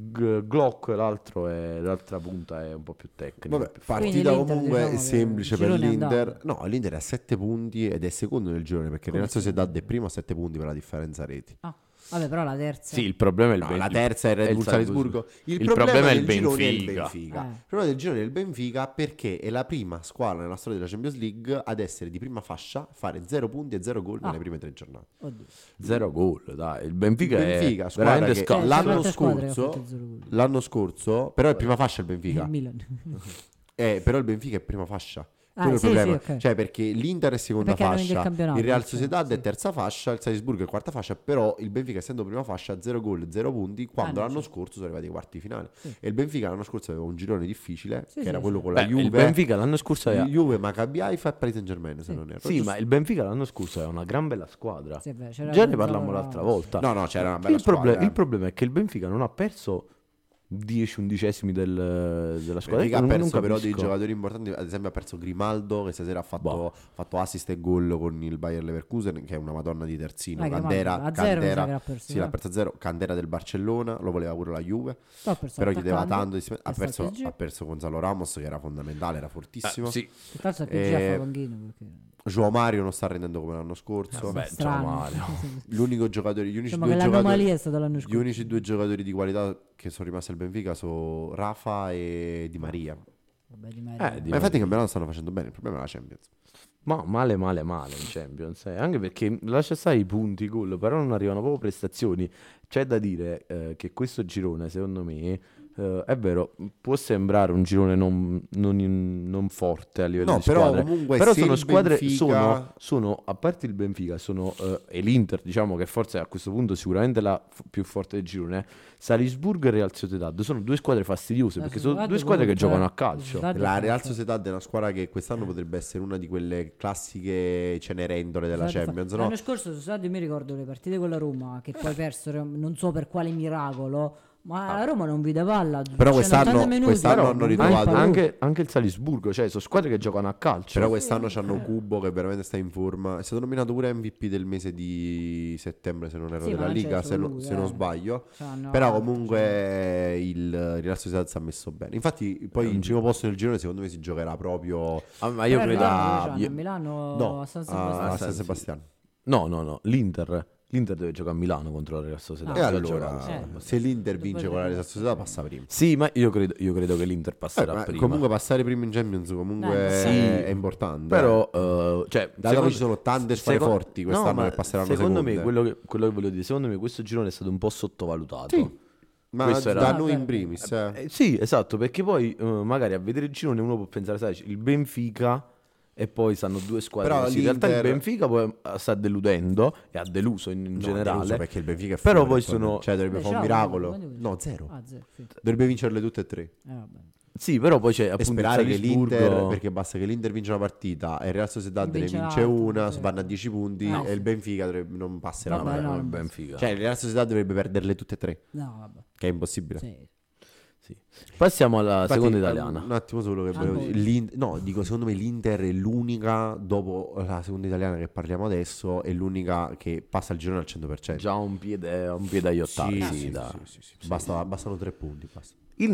Glock, l'altra punta è un po' più tecnica. Vabbè, più forte. partita Quindi l'Inter, comunque diciamo che semplice il per girone è l'Inter. andato. No, l'Inter è a 7 punti ed è secondo nel girone perché Come Real Sociedad secondo? è primo a 7 punti per la differenza reti. Ah, vabbè, però la terza. Sì, il problema è il No, la terza è il Red Bull Salisburgo. Il problema problema è del il girone è il Benfica. Benfica. Eh. Il problema del girone è il Benfica perché è la prima squadra nella storia della Champions League ad essere di prima fascia, fare 0 punti e 0 gol nelle prime 3 giornate. Oddio. 0 gol, dai. Il Benfica, Benfica, è squadra veramente che scarso. C'è l'anno un'altra squadra che ha scorso- fatto 0 gol. L'anno scorso, però è prima fascia il Il Benfica. Milan. Però il Benfica è prima fascia. Ah, Quello è il sì, problema. sì, ok. Cioè, perché l'Inter è seconda Perché hanno vinto il fascia, campionato, il Real cioè, Sociedad è sì. terza fascia, il Salisburgo è quarta fascia, però il Benfica essendo prima fascia 0 gol, 0 punti, quando no, l'anno sì. scorso sono arrivati ai quarti di finale. Sì. E il Benfica l'anno scorso aveva un girone difficile, Sì, che sì, era quello sì. con la Beh, Juve. il Benfica l'anno scorso è... Juve, Maccabi Haifa e Paris Saint-Germain, se Sì. non erro. Sì, Giusto? ma il Benfica l'anno scorso è una gran bella squadra. Sì, beh, c'era Già ne Gonzalo parlammo Ramos. l'altra volta. No, c'era una bella il, squadra. il problema è che il Benfica non ha perso 10 undicesimi della squadra. Benfica ha Non perso però dei capisco. giocatori importanti, ad esempio ha perso Grimaldo che stasera ha Boh. fatto assist e gol con il Bayer Leverkusen che è una madonna di terzino. Grimaldo, Candera, a zero mi sa Candera, che l'ha perso, sì, l'ha perso a 0. Candera del Barcellona, lo voleva pure la Juve, Sto per però chiedeva attaccando. tanto. È stato PSG. Ha perso Gonzalo Ramos che era fondamentale, era fortissimo. Sì. Tra l'altro PSG a Eh, fa panchino perché Joao Mario non sta rendendo come l'anno scorso. Vabbè, strano. Joao Mario. L'unico giocatore, gli unici Insomma, due che giocatori, l'anomalia è stata l'anno gli scorso. unici due giocatori di qualità che sono rimasti al Benfica sono Rafa e Di Maria. Vabbè, Di Maria. Di Ma infatti il campionato stanno facendo bene, il problema è la Champions. Ma male in Champions, anche perché lascia stare i punti, i gol, però non arrivano proprio prestazioni. C'è da dire che questo girone, secondo me, è vero, può sembrare un girone non forte a livello No, di però squadre, comunque però se sono il squadre, Benfica- sono, a parte il Benfica, e l'Inter, diciamo che forse a questo punto sicuramente la più forte del girone, Salisburgo e Real Sociedad, sono due squadre fastidiose, perché sono due squadre che giocano a calcio. La Real Sociedad è una squadra che quest'anno potrebbe essere una di quelle classiche cenerendole della Champions, no? L'anno scorso, scusate, io mi ricordo le partite con la Roma che poi persero, non so per quale miracolo, Ma la Roma non vide palla. Però c'erano 80 quest'anno minuti, hanno non ritrovato- vide palla. Anche il Salisburgo, cioè sono squadre che giocano a calcio. Però quest'anno c'hanno Kubo che veramente sta in forma. È stato nominato pure MVP del mese di settembre, se non erro, Sì, ma della non c'è Liga, solo lui, se non sbaglio. C'hanno Però altro, comunque il Real Sociedad si è messo bene. Infatti poi il primo posto nel girone secondo me si giocherà proprio Ma io Però credo... ricordo dove c'hanno, io- a Milano no, a San a Sebastiano. San Sebastiano. No, l'Inter deve giocare a Milano contro la Real Sociedad. E Già allora, giocato. se l'Inter vince con la Real Sociedad passa prima. Sì, ma io credo che l'Inter passerà Ma prima. comunque passare prima in Champions comunque Sì. è importante. Però, cioè, dato che ci sono tante squadre forti quest'anno ma che passeranno secondo seconde. me, quello che voglio dire, secondo me questo girone è stato un po' sottovalutato. Sì. Ma Questo era- da Ah, noi in vero. primis. Sì, esatto, perché poi magari a vedere il girone uno può pensare, sai, il Benfica e poi stanno due squadre Però così. In realtà il l'Inter- Benfica poi sta deludendo e ha deluso in No, generale. deluso perché il Benfica è Però fuori poi attualmente. sono- Cioè dovrebbe Beh, fare un ciao, miracolo. quanti punti? No, zero. Ah, zero, sì. Dovrebbe vincerle tutte e tre. Vabbè. Sì, però poi c'è E appunto il sperare che l'Inter, Salisburgo. perché basta che l'Inter vince una partita e il Real Sociedad ne Vince vince l'altra, una, sì. vanno a 10 punti No. e il Benfica non passerà Vabbè, mai. no, il non Benfica. Cioè il Real Sociedad dovrebbe perderle tutte e tre, No, vabbè. che è impossibile. Sì. Sì. Passiamo alla Infatti, seconda italiana. Un attimo solo che volevo Ancora. dire. No, dico secondo me l'Inter è l'unica, dopo la seconda italiana che parliamo adesso, è l'unica che passa il girone al 100%. Già un piede agli ottavi. Sì, sì, sì, dai. sì. Bastano 3 punti. Basta. Il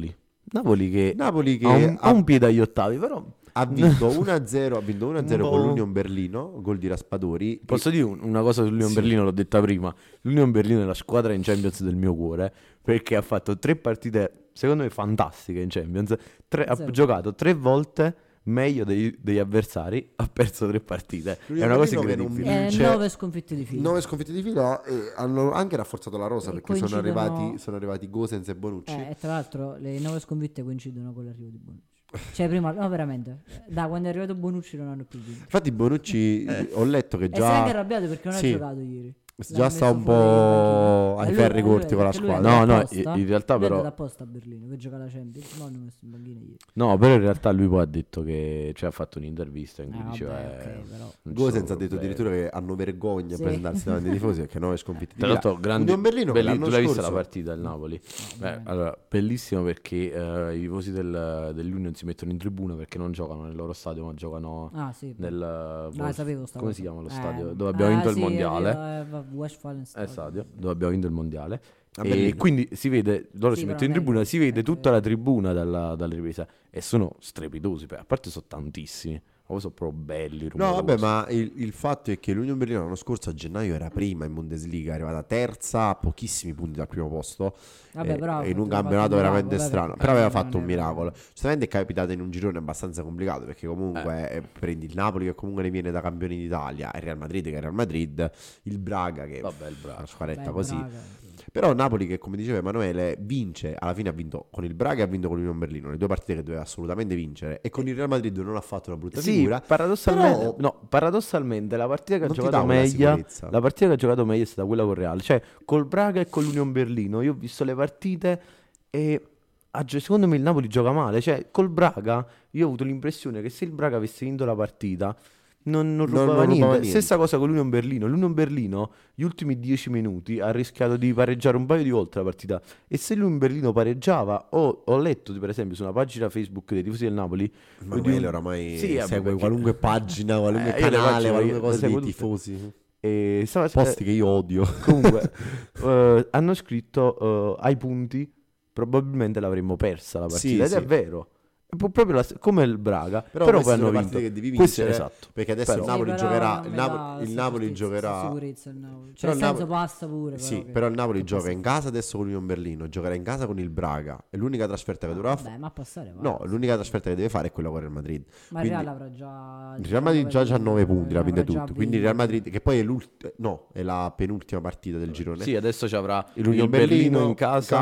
Napoli che, Napoli che ha un piede agli ottavi, però ha vinto 1-0, ha vinto 1-0 Un con po'. l'Union Berlino, gol di Raspadori. posso dire una cosa sull'Union Sì. Berlino, l'ho detta prima. L'Union Berlino è la squadra in Champions del mio cuore perché ha fatto 3 partite, secondo me, fantastiche in Champions. Ha Zero. giocato 3 volte meglio degli avversari, ha perso 3 partite. È L'Union una cosa Berlino che non incredibile. vince- 9 sconfitte di fila. 9 sconfitte di fila e hanno anche rafforzato la rosa E perché sono coincidono- arrivati Gosens e Bonucci. E tra l'altro le 9 sconfitte coincidono con l'arrivo di Bonucci. Cioè prima, no veramente, da quando è arrivato Bonucci non hanno più vinto. Infatti Bonucci ho letto che E si è anche già, arrabbiato perché non Sì. ha giocato ieri. già L'ha sta messo un fuori in po' panchina. ai E ferri corti con la perché lui è squadra. No, andato no, apposta. in realtà Lui è però- andato apposta a Berlino per giocare alla Champions, ma hanno messo in panchina ieri. No, però in realtà lui poi ha detto che ha fatto un'intervista in cui Ah, diceva vabbè, ok, però. non ci Gosens sono ha detto problemi. addirittura che hanno vergogna a Sì. presentarsi davanti ai tifosi perché 9 sconfitte di Tra fila. l'altro, grande, Union Berlino che l'anno tu l'hai vista scorso- la partita del Napoli? vabbè. Allora, bellissimo perché i tifosi dell'Union si mettono in tribuna perché non giocano nel loro stadio, ma giocano Ah sì. nel sapevo sta come cosa. si chiama lo stadio? Dove abbiamo vinto il sì, mondiale. Westfalen Stadio, dove abbiamo vinto il mondiale. A E Berlino. quindi si vede, loro Sì, si però mettono in tribuna, meglio, si vede perché- tutta la tribuna dalle riprese e sono strepitosi, a parte sono tantissimi, ma poi sono proprio belli, No, rumorosi. vabbè, ma il fatto è che l'Union Berlino l'anno scorso a gennaio era prima in Bundesliga, è arrivata terza a pochissimi punti dal primo posto. Vabbè, però in un aveva campionato fatto un veramente miracolo, strano. perché- Però aveva non fatto un è- miracolo. Giustamente è capitata in un girone abbastanza complicato perché comunque prendi il Napoli che comunque ne viene da campioni d'Italia, il Real Madrid che è il Real Madrid, il Braga che Vabbè, il è Braga. una squadretta Beh, così. Braga. Però Napoli che come diceva Emanuele vince, alla fine ha vinto con il Braga e ha vinto con l'Union Berlino, le due partite che doveva assolutamente vincere e con il Real Madrid non ha fatto una brutta Sì, figura. paradossalmente, però- no, paradossalmente la partita che ha Non ti giocato dà una meglio, sicurezza. la partita che ha giocato meglio è stata quella con Real, cioè col Braga e con l'Union Berlino. Io ho visto le partite e secondo me il Napoli gioca male, cioè col Braga io ho avuto l'impressione che se il Braga avesse vinto la partita non rubava niente. Stessa cosa con l'Union Berlino. L'Union Berlino gli ultimi 10 minuti ha rischiato di pareggiare un paio di volte la partita e se l'Union Berlino pareggiava ho letto per esempio su una pagina Facebook dei tifosi del Napoli Emanuele oramai Sì, vabbè, segue perché- qualunque pagina, qualunque io le canale, faccio- qualunque le cosa seguo dei tutte. tifosi. e Posti che io odio. comunque hanno scritto ai punti probabilmente l'avremmo persa la partita Sì, ed è sì. vero. È proprio come il Braga, Però però queste poi hanno sono le vinto. partite che devi Questo è vincere, esatto. perché adesso Però- il Napoli Sì, però giocherà non il, mi Nap- dà il sta Napoli giustizia, giocherà sta sicurezza il Napoli. Cioè Però nel il senso Napoli- passa pure Sì, che- però il Napoli che gioca passa. in casa adesso con l'Union Berlino, giocherà in casa con il Braga. È l'unica trasferta che dovrà Vabbè, ma passare va. No, l'unica trasferta che deve fare è quella con il Real Madrid. Ma il Quindi- Real avrà già Il Real Madrid già ha 9 punti, l'ha vinto avrà già tutto. Quindi il Real vinto. Madrid, che poi è è la penultima partita del girone. Sì, adesso ci avrà L'Union il Berlino in casa,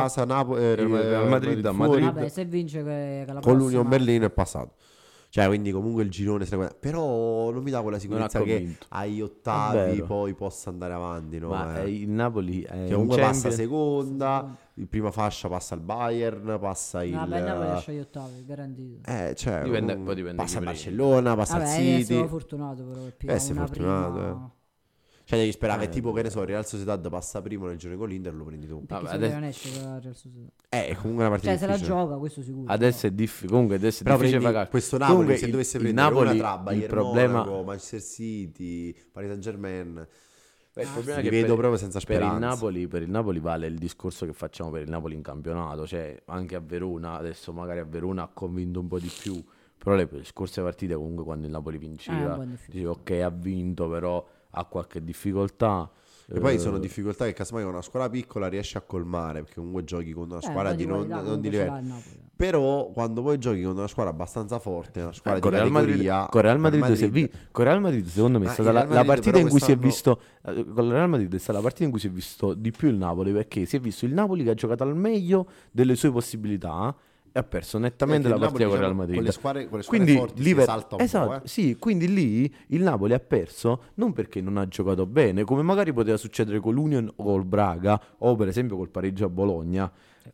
Real Madrid a fuori. Madrid. Vabbè, se vince che la Con prossima- l'Union Berlino è passato. Cioè, quindi comunque il girone se la guarda. Però non mi dà quella sicurezza che convinto. agli È ottavi vero. poi possa andare avanti. No? Ma il Napoli è Che in comunque passa Champions. seconda, il prima fascia passa al Bayern, passa il... Vabbè, il Napoli lascia gli ottavi, garantito. cioè, Dipende- poi dipende passa chi al prende. Barcellona, passa Vabbè, al è City. stato fortunato però. Perché Sei una fortunato, prima- Cioè devi sperare che tipo, che ne so, il Real Sociedad passa primo nel girone con l'Inter, lo prendi tu. Perché Vabbè, secondo me adesso- non esce con la Real Sociedad. È comunque una partita Cioè se la difficile. gioca, questo sicuro. Adesso è difficile. Comunque adesso è Però difficile prendi pagare. questo Napoli, Comunque se dovesse il prendere Napoli, una tra il Bayern problema, Monaco, Manchester City, Paris Saint-Germain, il problema è li che vedo proprio senza per speranza. per il Napoli vale il discorso che facciamo per il Napoli in campionato. Cioè, anche a Verona, adesso magari a Verona ha convinto un po' di più. Però le scorse partite, comunque, quando il Napoli un vinceva, po' in difficoltà. dicevo ok, ha vinto, però ha qualche difficoltà. E poi sono difficoltà che casomai con una squadra piccola riesci a colmare, perché comunque giochi con una Un squadra po' di qualità non comunque di ce livello. l'ha il Napoli. Però quando poi giochi con una squadra abbastanza forte, una squadra Con di Real Madrid, categoria, con Real per Madrid, con Real Madrid secondo me è Ma stata il la Real Madrid partita però in cui si è quest'anno- visto con il Real Madrid è stata la partita in cui si è visto di più il Napoli, perché si è visto il Napoli che ha giocato al meglio delle sue possibilità e ha perso nettamente Perché la il partita con il Real Napoli, Madrid. diciamo, con le squadre Quindi forti si esalta un esatto, po', eh. sì, quindi lì il Napoli ha perso non perché non ha giocato bene, come magari poteva succedere con l'Union o col Braga o per esempio col pareggio a Bologna.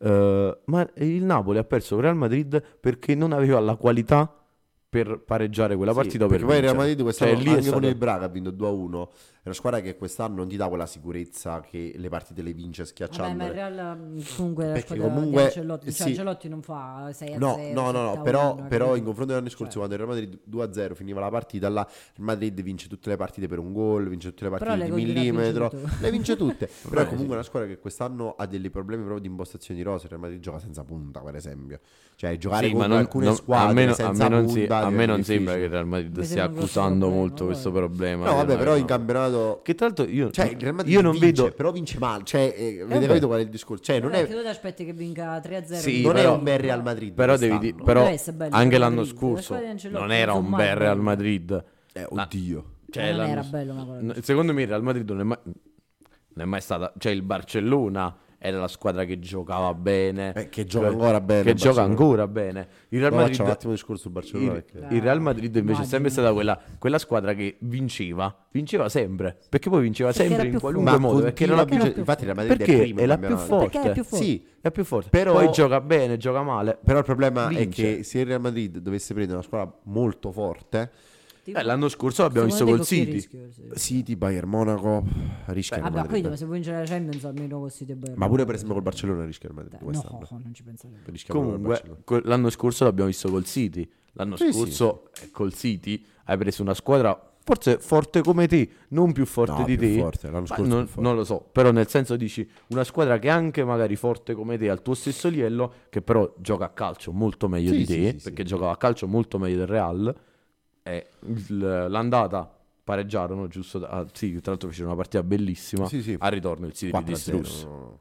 Ma il Napoli ha perso con il Real Madrid perché non aveva la qualità per pareggiare quella Sì, partita o perché per poi il Real vincere. Madrid quest'anno, Cioè, lì è anche con stato- il Braga ha vinto 2-1, è una squadra che quest'anno non ti dà quella sicurezza che le partite le vince Vabbè, ma il schiacciandole. Real comunque la Perché squadra comunque, di Ancelotti, cioè sì. Ancelotti non fa 6 a No, 0, no, no, 7 no, a però, 1, però capito? in confronto dell'anno scorso, Cioè, quando il Real Madrid 2-0 finiva la partita, là il Madrid vince tutte le partite per un gol, vince tutte le Però partite le di continua a millimetro, vincere tutte. le vince tutte. Però è Sì. comunque una squadra che quest'anno ha dei problemi proprio di impostazione di rosa. Il Real Madrid gioca senza punta, per esempio. Cioè, giocare Sì, con ma non- alcune non- squadre a senza me non, punta a me non diventa sembra che difficile. il Real Madrid Mi stia sembra un grosso accusando problema, molto poi. questo problema. No, vabbè, però in No. campionato... Che tra l'altro io, Cioè, il Real Madrid io non vince, vedo. però vince male. Cioè, avete Vabbè. capito qual è il discorso? Cioè, non vabbè, è, che tu ti aspetti che vinca 3-0. Sì, non però- è un bel Real Madrid Però, quest'anno. però Deve essere bello, anche Real l'anno Madrid. La scorso squadra di Ancelotti non era non un fa bel mai Real bello. Madrid. Oddio. Cioè, non l'anno- era bello, ma quello- secondo me il Real Madrid non è mai stata. Cioè, il Barcellona era la squadra che giocava bene, Che gioca ancora bene, che il gioca Barcellona. ancora bene. Il Real Però Madrid, facciamo un attimo il discorso sul Barcellona. perché- il Real Madrid invece è sempre Immagino. stata quella squadra che vinceva sempre, perché poi vinceva Perché sempre era in più qualunque forte. modo, perché era la continua a più, vincere- infatti il Real Madrid è perché primo è in la più campionato. forte. Perché è più forte. Sì, è più forte. Però- Poi gioca bene, gioca male. Però il problema è Vince. che se il Real Madrid dovesse prendere una squadra molto forte, L'anno scorso l'abbiamo visto Secondo col te con chi City. rischia? Sì. City, Bayern Monaco, rischia il Vabbè, ho Madrid. capito, ma se vuoi vincere la Champions almeno con City e Bayern. Ma pure per esempio col Barcellona rischia il Madrid Dai, quest'anno. no, non ci pensate. Rischia proprio il Comunque, Barcellona. l'anno scorso l'abbiamo visto col City. L'anno Sì, scorso col City hai preso una squadra forse forte come te, non più forte No, di più te. forte, l'anno Ma scorso non, più forte. non lo so, però nel senso dici una squadra che è anche magari forte come te al tuo stesso livello, che però gioca a calcio molto meglio Sì, di sì, te, sì, sì. perché giocava a calcio molto meglio del Real. E l'andata pareggiarono, giusto? Sì, tra l'altro fecero una partita bellissima. Sì, sì. Al ritorno il City li 4-0, distrusse. no.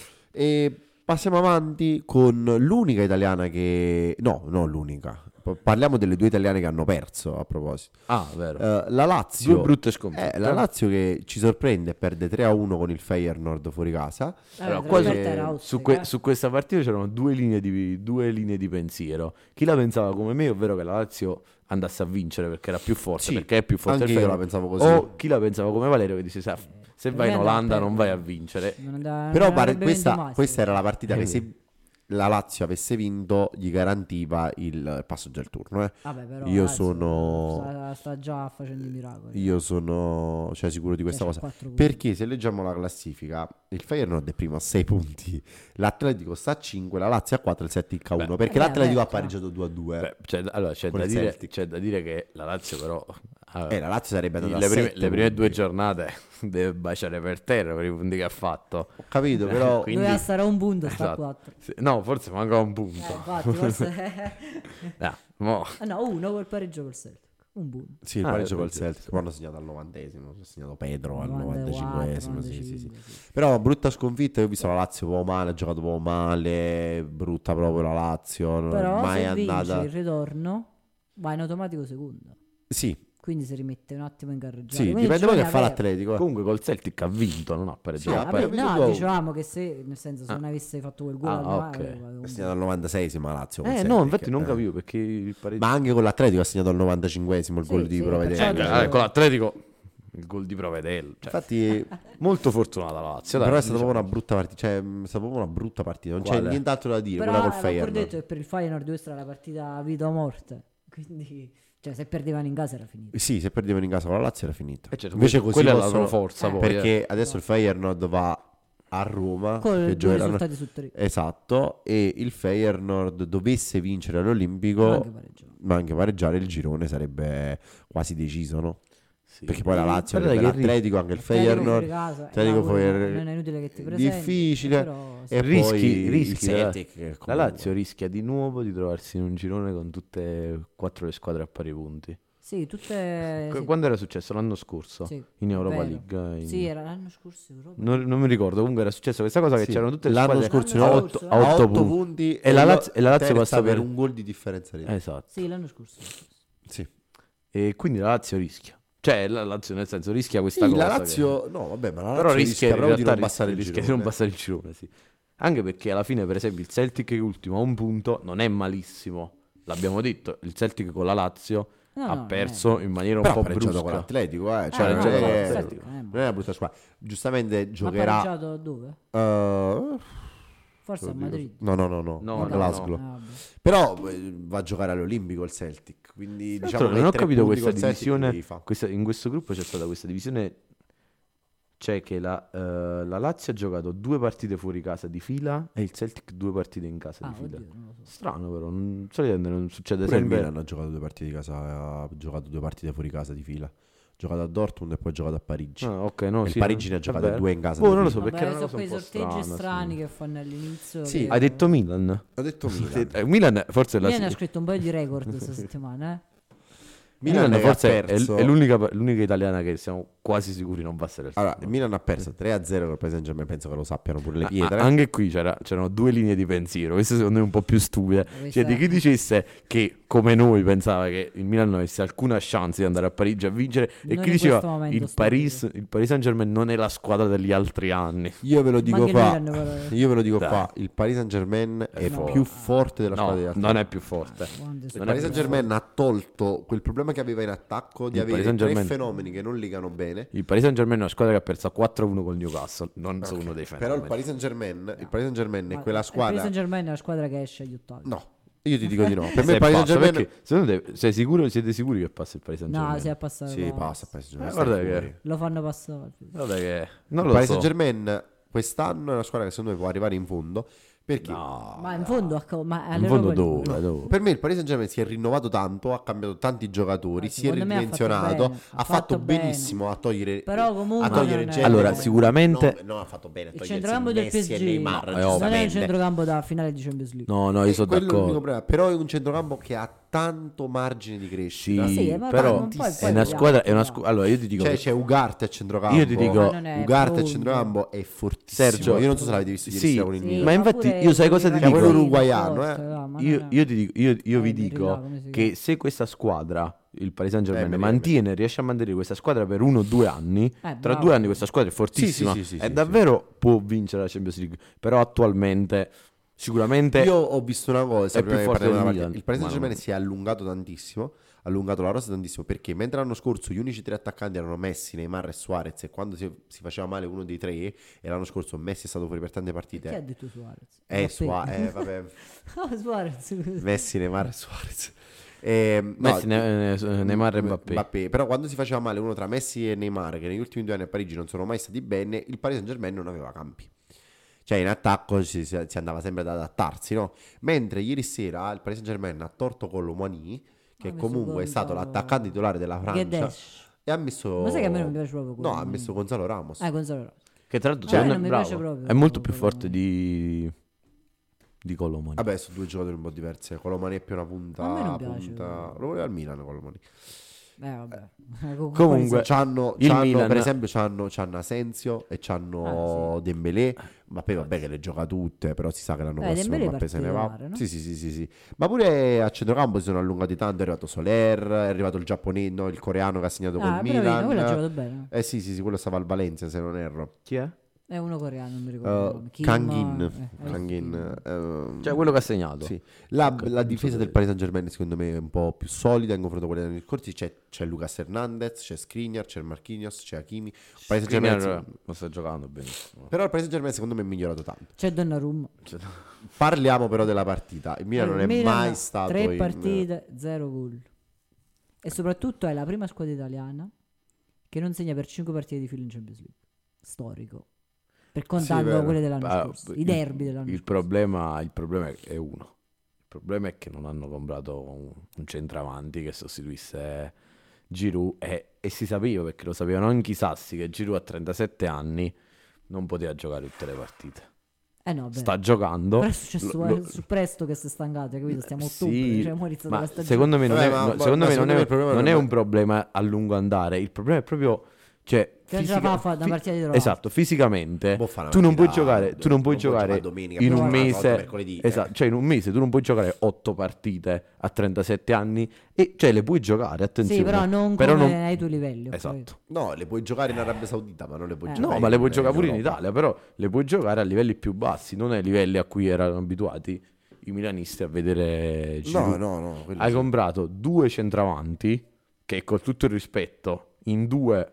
E passiamo avanti con l'unica italiana che... No, non l'unica. Parliamo delle due italiane che hanno perso, a proposito. Ah, vero. La Lazio... Due brutte sconfitte. La Lazio che ci sorprende e perde 3-1 con il Feyenoord fuori casa. Allora, tra qua Roberta era Austrica, su questa partita c'erano due linee di pensiero. Chi la pensava come me, ovvero che la Lazio andasse a vincere perché era più forte, Sì, perché è più forte anche il io la Feyenoord. pensavo così. O chi la pensava come Valerio che dice se vai in me andava a Olanda non vai a perdere. vincere. Non andava- Però non pare- avrebbe vinto mai, questa era la partita che Eh. se la Lazio avesse vinto gli garantiva il passaggio al turno. Vabbè, però Io Lazio sono... sta già facendo i miracoli. Io sono sicuro di questa C'ha cosa. 4 punti. Perché se leggiamo la classifica, il Feyenoord è primo a 6 punti, l'Atletico sta a 5, la Lazio a 4, il Celtic a 1. Perché beh, l'Atletico beh, ha pareggiato 2-2. Beh, allora, Con il Celtic. c'è da dire che la Lazio però La Lazio sarebbe andata a le 7 prime due punti. giornate deve baciare per terra per i punti che ha fatto. Ho capito, però... Quindi- Doveva stare a un punto, sta a Esatto. 4. Sì, no, forse manca un punto. Infatti, forse... Mo. ah, no, uno col pareggio col Celtic. Un punto. Sì, il Ah, pareggio col sì. Celtic. Poi hanno segnato al 90esimo, ha segnato Pedro al 94, 95esimo. Sì, sì, sì. 95, sì. Però brutta sconfitta, io ho visto la Lazio poco male, ha giocato poco male, brutta proprio la Lazio, non Però è mai se vince andata... il ritorno va in automatico secondo. Sì, Quindi si rimette un attimo in carreggiata. sì, Quindi dipende poi che bisogna fa avere- l'Atletico. Comunque col Celtic ha vinto, non ha pareggiato. Sì, ha vabbè, pareggiato. vinto No, 2-1. dicevamo che se, nel senso, se non avesse fatto quel gol Ah, al ok. Ha segnato al 96esimo la Lazio. col No, Celtic, infatti non capivo perché il pareggio. Ma anche con l'Atletico ha segnato al 95esimo il Sì, gol di sì, Provedel. perciò con l'Atletico il gol di Provedel. Cioè, Infatti, molto fortunata la Lazio. dai, però è stata diciamo. proprio una brutta partita. Cioè, è stata proprio una brutta partita. Non c'è Quale? nient'altro da dire. Però Quella col l'ho pure Feyenoord. detto che per il Feyenoord questa era la partita vita o morte. quindi cioè se perdevano in casa era finito. Sì, se perdevano in casa con la Lazio era finita. Certo, Invece così quella è la possono- loro forza poi. perché adesso il Feyenoord va a Roma Con che due giocheranno- risultati su tre. esatto, e il Feyenoord dovesse vincere Ma all'Olimpico anche pareggiato. ma anche pareggiare il girone sarebbe quasi deciso, no? Sì. Perché poi la Lazio Guarda avrebbe che l'Atletico, anche il Atletico fuori Feyenoord, casa, Atletico là pure fuori- non è inutile che ti presenti, difficile, però sì. e poi rischi il la- Celtic, che La comunque- Lazio rischia di nuovo di trovarsi in un girone con tutte e 4 le squadre a pari punti. Sì, tutte sì, Quando era successo? L'anno scorso? sì, In Europa vero. League? Sì, era l'anno scorso in Europa. Non mi ricordo, comunque era successo questa cosa che Sì, c'erano tutte le l'anno squadre scorso L'anno a scorso, otto- a a 8 otto punti. punti E la Lazio terza passa per per- un gol di differenza. Esatto. Sì, l'anno scorso. Sì. E quindi la Lazio rischia. Cioè la Lazio nel senso rischia questa Sì, cosa. la Lazio, no, vabbè, ma la Però Lazio rischia in proprio di realtà non passare il rischia di girone. non passare il girone, sì. Anche perché alla fine, per esempio, il Celtic che è ultimo a un punto non è malissimo. L'abbiamo detto, il Celtic con la Lazio No, ha no, perso in maniera un Però ha po' pareggiato brusca. con l'Atletico, cioè, no, non, no, è, l'Atletico. non è una brutta squadra. Giustamente Ma giocherà. pareggiato dove? Forse a Madrid. No, No, a Glasgow. Ah, vabbè. Però va a giocare all'Olimpico il Celtic. Quindi Tra diciamo l'altro che non ho tre capito punti questa col Celtic divisione. li fa. In questo gruppo c'è stata questa divisione. C'è che la Lazio ha giocato 2 partite fuori casa di fila e il Celtic 2 partite in casa Ah, di fila. oddio, non lo so. Strano, però. Solitamente non succede Pure il sempre. Milan ha giocato 2 partite di casa, ha giocato 2 partite fuori casa di fila. Ha giocato a Dortmund e poi ha giocato a Parigi. Ah, ok, no, E il sì, Parigi ne ha è giocate vero. 2 in casa Boh, di non lo fila. so, perché Vabbè, è una sono cosa quei un po' sorteggi strana, strani sì. che fanno all'inizio. Sì, che- Hai detto Milan? Ho detto Milan. Milan forse è la Milan ha scritto un paio di record questa settimana, Milan che ha forse perso- è l'unica italiana che siamo quasi sicuri non passare il Allora, il secondo. Milan ha perso 3-0 col Paris Saint-Germain, penso che lo sappiano pure le Ah, pietre. anche qui c'erano 2 linee di pensiero, queste secondo me un po' più stupide. Cioè di chi dicesse che come noi pensava che il Milan non avesse alcuna chance di andare a Parigi a vincere e Non chi in diceva questo momento il Paris Saint-Germain non è la squadra degli altri anni. Io ve lo dico anche il qua. Milan, però- Io ve lo dico Dai. qua. Il Paris Saint-Germain è forte. più forte della No, squadra degli altri. non è più forte. Quante Il Non è Paris più Saint-Germain ha tolto quel problema che aveva in attacco di Il avere Paris tre Saint-Germain- fenomeni che non ligano bene. Il Paris Saint-Germain è una squadra che ha perso 4-1 col Newcastle, non sono uno dei Però fenomeni. il Paris Saint-Germain è Ma quella Il Paris squadra. Saint-Germain è una squadra che esce agli ottavi. No, io ti dico di no. Per me Se il Paris passa, Saint-Germain perché secondo te siete sicuri che passa il Paris Saint-Germain? No, si è passato. Sì, passa il Paris Saint-Germain. Guarda stai che- fuori. Lo fanno passare. Guarda che non Il lo Paris so. Saint-Germain quest'anno è una squadra che secondo me può arrivare in fondo. Perché Ma in fondo, ma In fondo all'Europa League- dove? per me il Paris Saint-Germain si è rinnovato tanto, ha cambiato tanti giocatori, si è secondo me ha fatto ridimensionato, bene, ha fatto benissimo a togliere Però comunque a togliere non è- gente. Allora, sicuramente- no, ha fatto bene a Il togliersi centrocampo del Messi e PSG Neymar, No, è non è un giustamente. centrocampo da finale di Champions League. No, io sono Quello è l'unico d'accordo. problema, però è un centrocampo che ha tanto margine di crescita. Sì, Sì, ma però non puoi- è poi una vediamo, squadra. vediamo. Allora, io ti dico. Cioè c'è Ugarte a centrocampo. Io ti dico- Ma non è Ugarte a pronto. centrocampo è fortissimo. Sergio, Io non so se l'avete visto ieri sì, sera con il Sì, Milan. Ma infatti pure io sai cosa ti quelli dico? Quello ragazzini uruguaiano, forte, va, ma Io, non è- io ti dico, io vi quelli dico là, come si che chiama? se questa squadra, il Paris Saint-Germain, beh, mantiene, riesce a mantenere questa squadra per 1 o 2 anni, tra bravo. 2 anni questa squadra è fortissima Sì, sì, sì, e sì, davvero può vincere la Champions League. Però attualmente sicuramente Io ho visto una cosa è prima più che forte parliamo della del partita. Milan, Il Paris ma Saint-Germain non- si è allungato tantissimo, ha allungato la rosa tantissimo perché mentre l'anno scorso gli unici 3 attaccanti erano Messi, Neymar e Suarez e quando si faceva male uno dei tre e l'anno scorso Messi è stato fuori per tante Che ha partite. detto Suarez? Vabbè, Ah, Suarez. Messi, Neymar e Suarez. No, Messi, Neymar e Mbappé. Però quando si faceva male uno tra Messi e Neymar, che negli ultimi 2 anni a Parigi non sono mai stati bene, il Paris Saint-Germain non aveva campi. Cioè in attacco si andava sempre ad adattarsi, no? Mentre ieri sera il Paris Saint-Germain ha torto Colomani, che Ha messo comunque è stato contro l'attaccante titolare della Francia, Guedes. e ha messo... Ma sai che a me non piace proprio No, Colomani. ha messo Gonzalo Ramos. Gonzalo Ramos. Che tra l'altro A me secondo non me mi bravo, piace proprio è molto più Colomani. forte di Colomani. Vabbè, sono 2 giocatori un po' diversi. Colomani è più una punta... A me non piace. Lo voleva al Milan Colomani. Vabbè. Comunque, C'hanno, il Milan- per esempio, c'hanno Asensio e c'hanno Dembélé. Ma poi vabbè che le gioca tutte, però si sa che l'anno prossimo Dembélé Mbappé se ne va. particolare, no? Sì. Ma pure a centrocampo si sono allungati tanto. È arrivato Soler, è arrivato il giapponese, il coreano che ha segnato col Quello ha Milan. giocato bene. Sì, quello stava al Valencia se non erro. Chi è? È uno coreano, non mi ricordo il nome. Kim, Kangin. Cioè quello che ha segnato. Sì. La non difesa so del se- Paris Saint-Germain secondo me è un po' più solida in confronto a quella degli anni scorsi. C'è Lucas Hernandez, c'è Skriniar, c'è Marquinhos, c'è Hakimi. Il Paris Saint-Germain, Skriniar non sta giocando benissimo. però il Paris Saint-Germain secondo me è migliorato tanto. C'è Donnarumma. Parliamo però della partita. Il Milan Allora, non è il Milan, mai stato 3 in... partite, 0 gol. E soprattutto è la prima squadra italiana che non segna per 5 partite di filo in Champions League. Storico. Per contando vero. quelle dell'anno scorso. I derby dell'anno Il scorso. problema è uno. Il problema è che non hanno comprato un centravanti che sostituisse Giroud e si sapeva, perché lo sapevano anche i sassi, che Giroud a 37 anni non poteva giocare tutte le partite. No, beh. Sta giocando. Però è successo su presto che si è stancato, capito? Stiamo a ottobre, Sì, cioè mo è iniziata ma la stagione. secondo me non è, Vabbè, ma- no, secondo ma me secondo non me è, il problema non non è è- un problema a lungo andare. Il problema è proprio, cioè, Che già fa una partita dietro esatto, fisicamente Può fare una tu non puoi partita- giocare, tu non puoi giocare domenica, in può un giocare una volta mese, mercoledì, esatto, cioè in un mese tu non puoi giocare 8 partite a 37 anni e cioè le puoi giocare, attenzione. Sì, però non Però come non- ai tuoi livelli. ok? Esatto. No, le puoi giocare in Arabia Saudita, ma non le puoi giocare No, ma le puoi in giocare pure in Europa. Italia, però le puoi giocare a livelli più bassi, non ai livelli a cui erano abituati i milanisti a vedere Giroud. No, quello Hai sì. comprato 2 centravanti che con tutto il rispetto in 2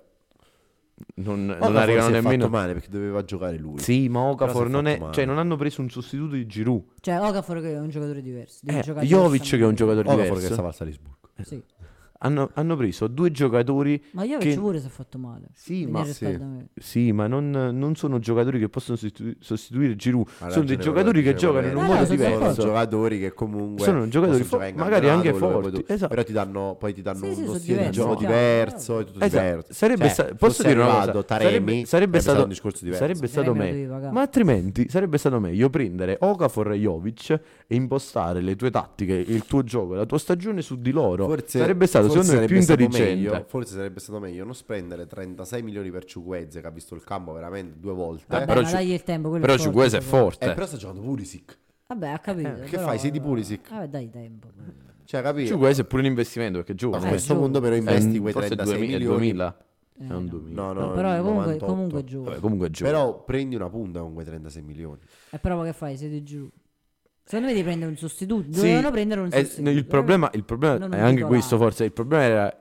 non Okafor arrivano si è nemmeno. fatto male perché doveva giocare lui. Sì, ma Okafor si è non fatto è, male. cioè non hanno preso un sostituto di Giroud. Cioè, Okafor che è un giocatore diverso. Devi giocare Jovic che è un diversamente. giocatore Okafor che diverso. stava a Salisburgo. Sì. Hanno preso 2 giocatori Ma Jovic che pure si è fatto male. Sì, Quindi ma il riscaldamento. sì, ma non sono giocatori che possono sostituire Giroud. Ha Sono dei ragione, giocatori che ragione, giocano in un No, modo no, sono diverso. d'accordo. Sono giocatori che comunque Sono giocatori possono giocare in magari anche campionato, quello che forti, vuoi tu. esatto. Però ti danno Sì, sì, uno sono stile di diversi, gioco chiaro. diverso, è tutto Esatto. diverso. Sarebbe Cioè, posso fosse dire una arrivato cosa? Taremi, Sarebbe stato un discorso diverso. sarebbe stato Taremi lo meglio. devi pagare. Ma altrimenti sarebbe stato meglio prendere Okafor e Jovic e impostare le tue tattiche, il tuo gioco, la tua stagione su di loro. Sarebbe stato forse secondo me più sarebbe stato intelligente. meglio, forse sarebbe stato meglio non spendere 36 milioni per Ciukwueze che ha visto il campo veramente 2 volte. Vabbè, però ma Ciu- dagli il tempo. quello Però forte, Ciukwueze è quello. forte. Però sta giocando Pulisic. Vabbè, ha capito. Che però- fai? Sei di Pulisic? Vabbè, dai tempo. Cioè, capito? Ciukwueze è pure un investimento perché A giovane. questo giù. punto però investi quei Forse 36 2000, milioni. 2000. È un no. 2000. No, No, no, però è comunque, 98. comunque è Vabbè, giovane. comunque è giovane. Però prendi una punta con quei 36 milioni. E però che fai? Siete giù. Secondo me devi prendere un sostituto. Sì, Dovevano prendere un sostituto. il problema Non è un anche titolare. questo, forse. Il problema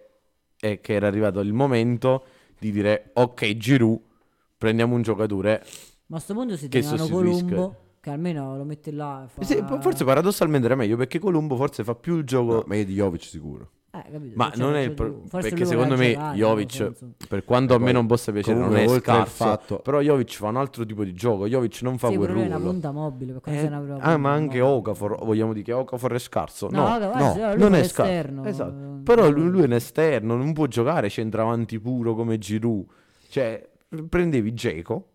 è che era arrivato il momento di dire: ok, Giroud, prendiamo un giocatore. Ma a sto punto si Che tenevano sostituisca. Colombo, che almeno lo metti là e fa... Sì, forse paradossalmente era meglio perché Colombo forse fa più il gioco. No, meglio di Jovic sicuro. capito, Ma se non c'è è il il gioco. Forse perché lui secondo voleva me giocare, non lo so, Jovic, insomma. per quanto a me poi, non possa piacere, non comunque, è oltre al scarso. fatto- Però Jovic fa un altro tipo di gioco. Jovic non fa Sì, quel pure lui è una ruolo. punta mobile. Per quanto sia una punta Ma anche mobile. Okafor, vogliamo dire che Okafor è scarso? No, No, guarda, no, sì, lui non fa è l'esterno. scarso. Esatto. Però lui è un esterno, non può giocare centravanti puro come Giroud. Cioè, prendevi Dzeko,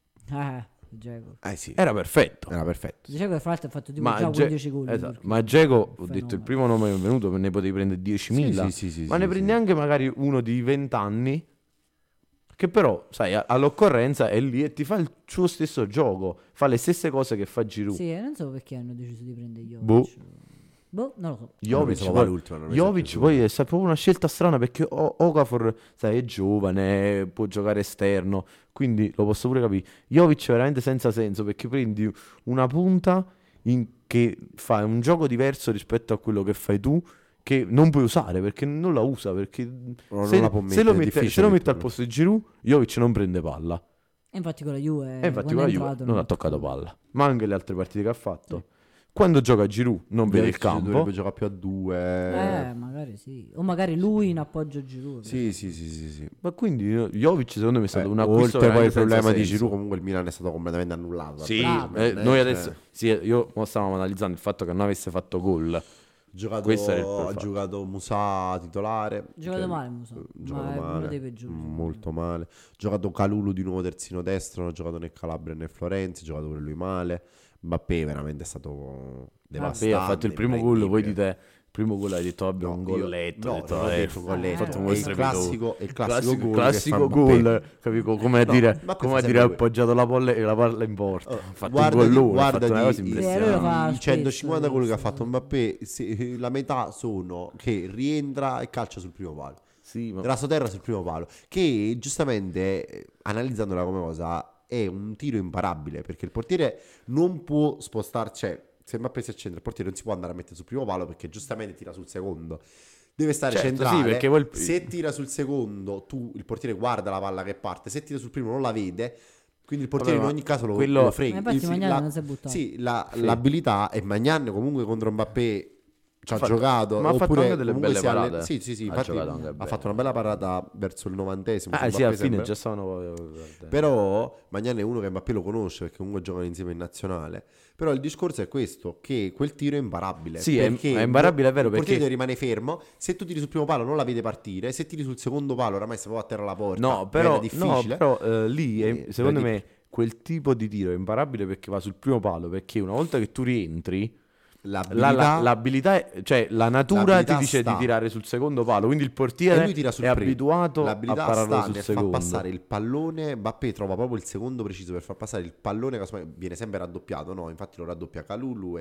Dzeko. Sì. era perfetto. Era perfetto. Dzeko che fra l'altro ha fatto tipo Ma già Dze- 15 gol. esatto. perché- Ma Dzeko, ho fenomeno. detto il primo nome che è venuto, ne potevi prendere 10.000. Sì, Ma ne sì, prendi sì. anche magari uno di 20 anni che però, sai, all'occorrenza è lì e ti fa il suo stesso gioco, fa le stesse cose che fa Giroud. Sì, non so perché hanno deciso di prendere Jovic. Boh. Non lo so. Jovic, Pensavo poi, all'ultima, non mi sento Jovic più. poi è proprio una scelta strana perché Okafor, sai, è giovane, può giocare esterno, quindi lo posso pure capire. Jovic è veramente senza senso perché prendi una punta che fa un gioco diverso rispetto a quello che fai tu, che non puoi usare perché non la usa, perché Non se, la può se lo mettere, è mette, difficile se lo mette al metterlo. posto di Giroud, Jovic non prende palla. E infatti con la Juve, E infatti quando con la è Juve entrato, non ha toccato palla. Ma anche le altre partite che ha fatto. Quando gioca Giroud non vede il Jovic campo. dovrebbe giocare più a 2. magari sì. O magari lui in appoggio a Giroud. Sì. Ma quindi Jovic secondo me è stato un acquisto Oltre poi il veramente senza problema di senso. Giroud, comunque il Milan è stato completamente annullato. Sì, Bravo. noi adesso io mo stavamo analizzando il fatto che non avesse fatto gol. Questo era il ha fatto. giocato Musa titolare. Ha giocato male, Musa. Giocato Ma è uno male, dei peggiori. molto male. Ha giocato Calulu di nuovo terzino destro, non ha giocato né Calabria né Florenzi, ha giocato pure lui male. Mbappé veramente è stato devastante. Ha fatto il primo gol, poi di imprendibile. te il primo gol hai detto abbia No, un io- golletto, no, ho detto, non ho detto un golletto, fatto un è gol il strepitoso. classico gol che classico fa gol, Mbappé. capito? Come a No, dire, Mbappé come fa a dire sempre ha quello. appoggiato la palla in porta. Ha fatto un Guardati, gollone, ha fatto una cosa Sì, lui impressionante. lo fa i 150 spesso, gol che ha questo. fatto Mbappé, la metà sono che rientra e calcia sul primo palo. Sì, ma Rasoterra sul primo palo. Che giustamente, analizzandola come cosa, è un tiro imparabile, perché il portiere non può spostarsi, cioè se Mbappé si accentra il portiere non si può andare a mettere sul primo palo perché giustamente tira sul secondo. Deve stare Certo, centrale, sì, perché poi se tira sul secondo il portiere guarda la palla che parte, se tira sul primo non la vede, quindi il portiere Vabbè, in ogni caso lo Ma frega. infatti Magnani non si è buttato. Sì, l'abilità è Magnan comunque contro Mbappé ci ha fatto- giocato, ma ha fatto oppure anche delle comunque belle si alle- parate. Sì, sì, Ha infatti giocato anche ha bene. fatto una bella parata verso il 90esimo. Ah, su sì, Mbappé alla fine sempre. già stavano. Però Magnan è uno che Mbappé lo conosce perché comunque giocano insieme in nazionale. Però il discorso è questo, che quel tiro è imparabile. Sì, è perché imparabile, è vero, il portiere perché- deve rimane fermo. Se tu tiri sul primo palo non la vede partire. Se tiri sul secondo palo oramai si può a terra la porta. No, però, è difficile. lì secondo me quel tipo di tiro è imparabile perché va sul primo palo. Perché una volta che tu rientri, l'abilità cioè la natura ti l'abilità dice sta. di tirare sul secondo palo. Quindi il E portiere lui tira sul è primo. abituato a L'abilità pararlo sta sul nel far secondo. passare il pallone. Mbappé trova proprio il secondo preciso per far passare il pallone, casomai viene sempre raddoppiato, no? Infatti lo raddoppia Kalulu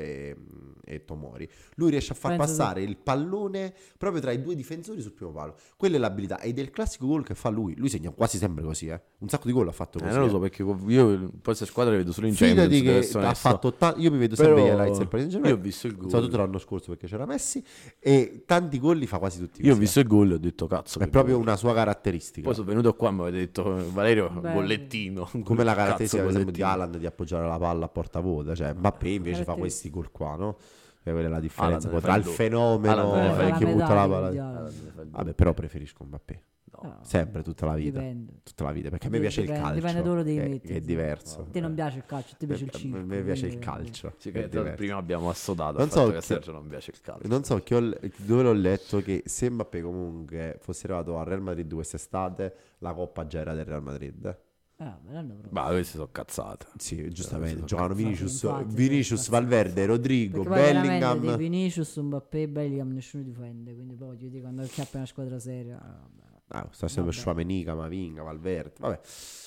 e Tomori. Lui riesce a far Penso passare il pallone proprio tra i due difensori sul primo palo. Quella è l'abilità ed è il classico gol che fa lui. Lui segna quasi sempre così, un sacco di gol ha fatto così. Non lo so perché io queste squadre le vedo solo in Fidati Champions. deve che essere ha onesto. fatto io mi vedo sempre Però gli highlights del Paris Saint-Germain. io ho visto il gol. Soprattutto l'anno scorso perché c'era Messi e tanti gol li fa quasi tutti. Io ho così, visto il gol e ho detto cazzo. È che proprio gol. una sua caratteristica. Poi sono venuto qua e mi avete detto Valerio, Beh, bollettino. Come la Cazzo, caratteristica per esempio di bollettino. Haaland di appoggiare la palla a porta vuota, cioè Mbappé invece fa questi gol qua, no? E quella è la differenza Haaland poi ne tra fa il il doppio. fenomeno Haaland ne fa e il chi butta la palla. mondiale. Vabbè, però preferisco Mbappé. No. Sempre, tutta la vita. Dipende. Tutta la vita, perché a me piace il Dipende calcio. dove lo devi che mettere, è sì. diverso. A te non piace il calcio, a te piace il A circo. me piace il quindi- calcio. Sì, è che diverso. prima abbiamo assodato Non il fatto so che a chi- Sergio non piace il calcio. Non so dove l'ho letto che se Mbappé comunque fosse arrivato al Real Madrid quest'estate, la coppa già era del Real Madrid. Me l'hanno proprio. Ma queste sono cazzate. Sì, giustamente. sono Giocano cazzate, Vinicius, infatti, Vinicius, sono Valverde, Rodrigo, Perché poi veramente di Bellingham. Vinicius, Mbappé, Bellingham nessuno difende, quindi poi io dico quando chiappa una squadra seria. Sta sempre Vabbè. Schwamenika, Mavinga, Valverde. Vabbè.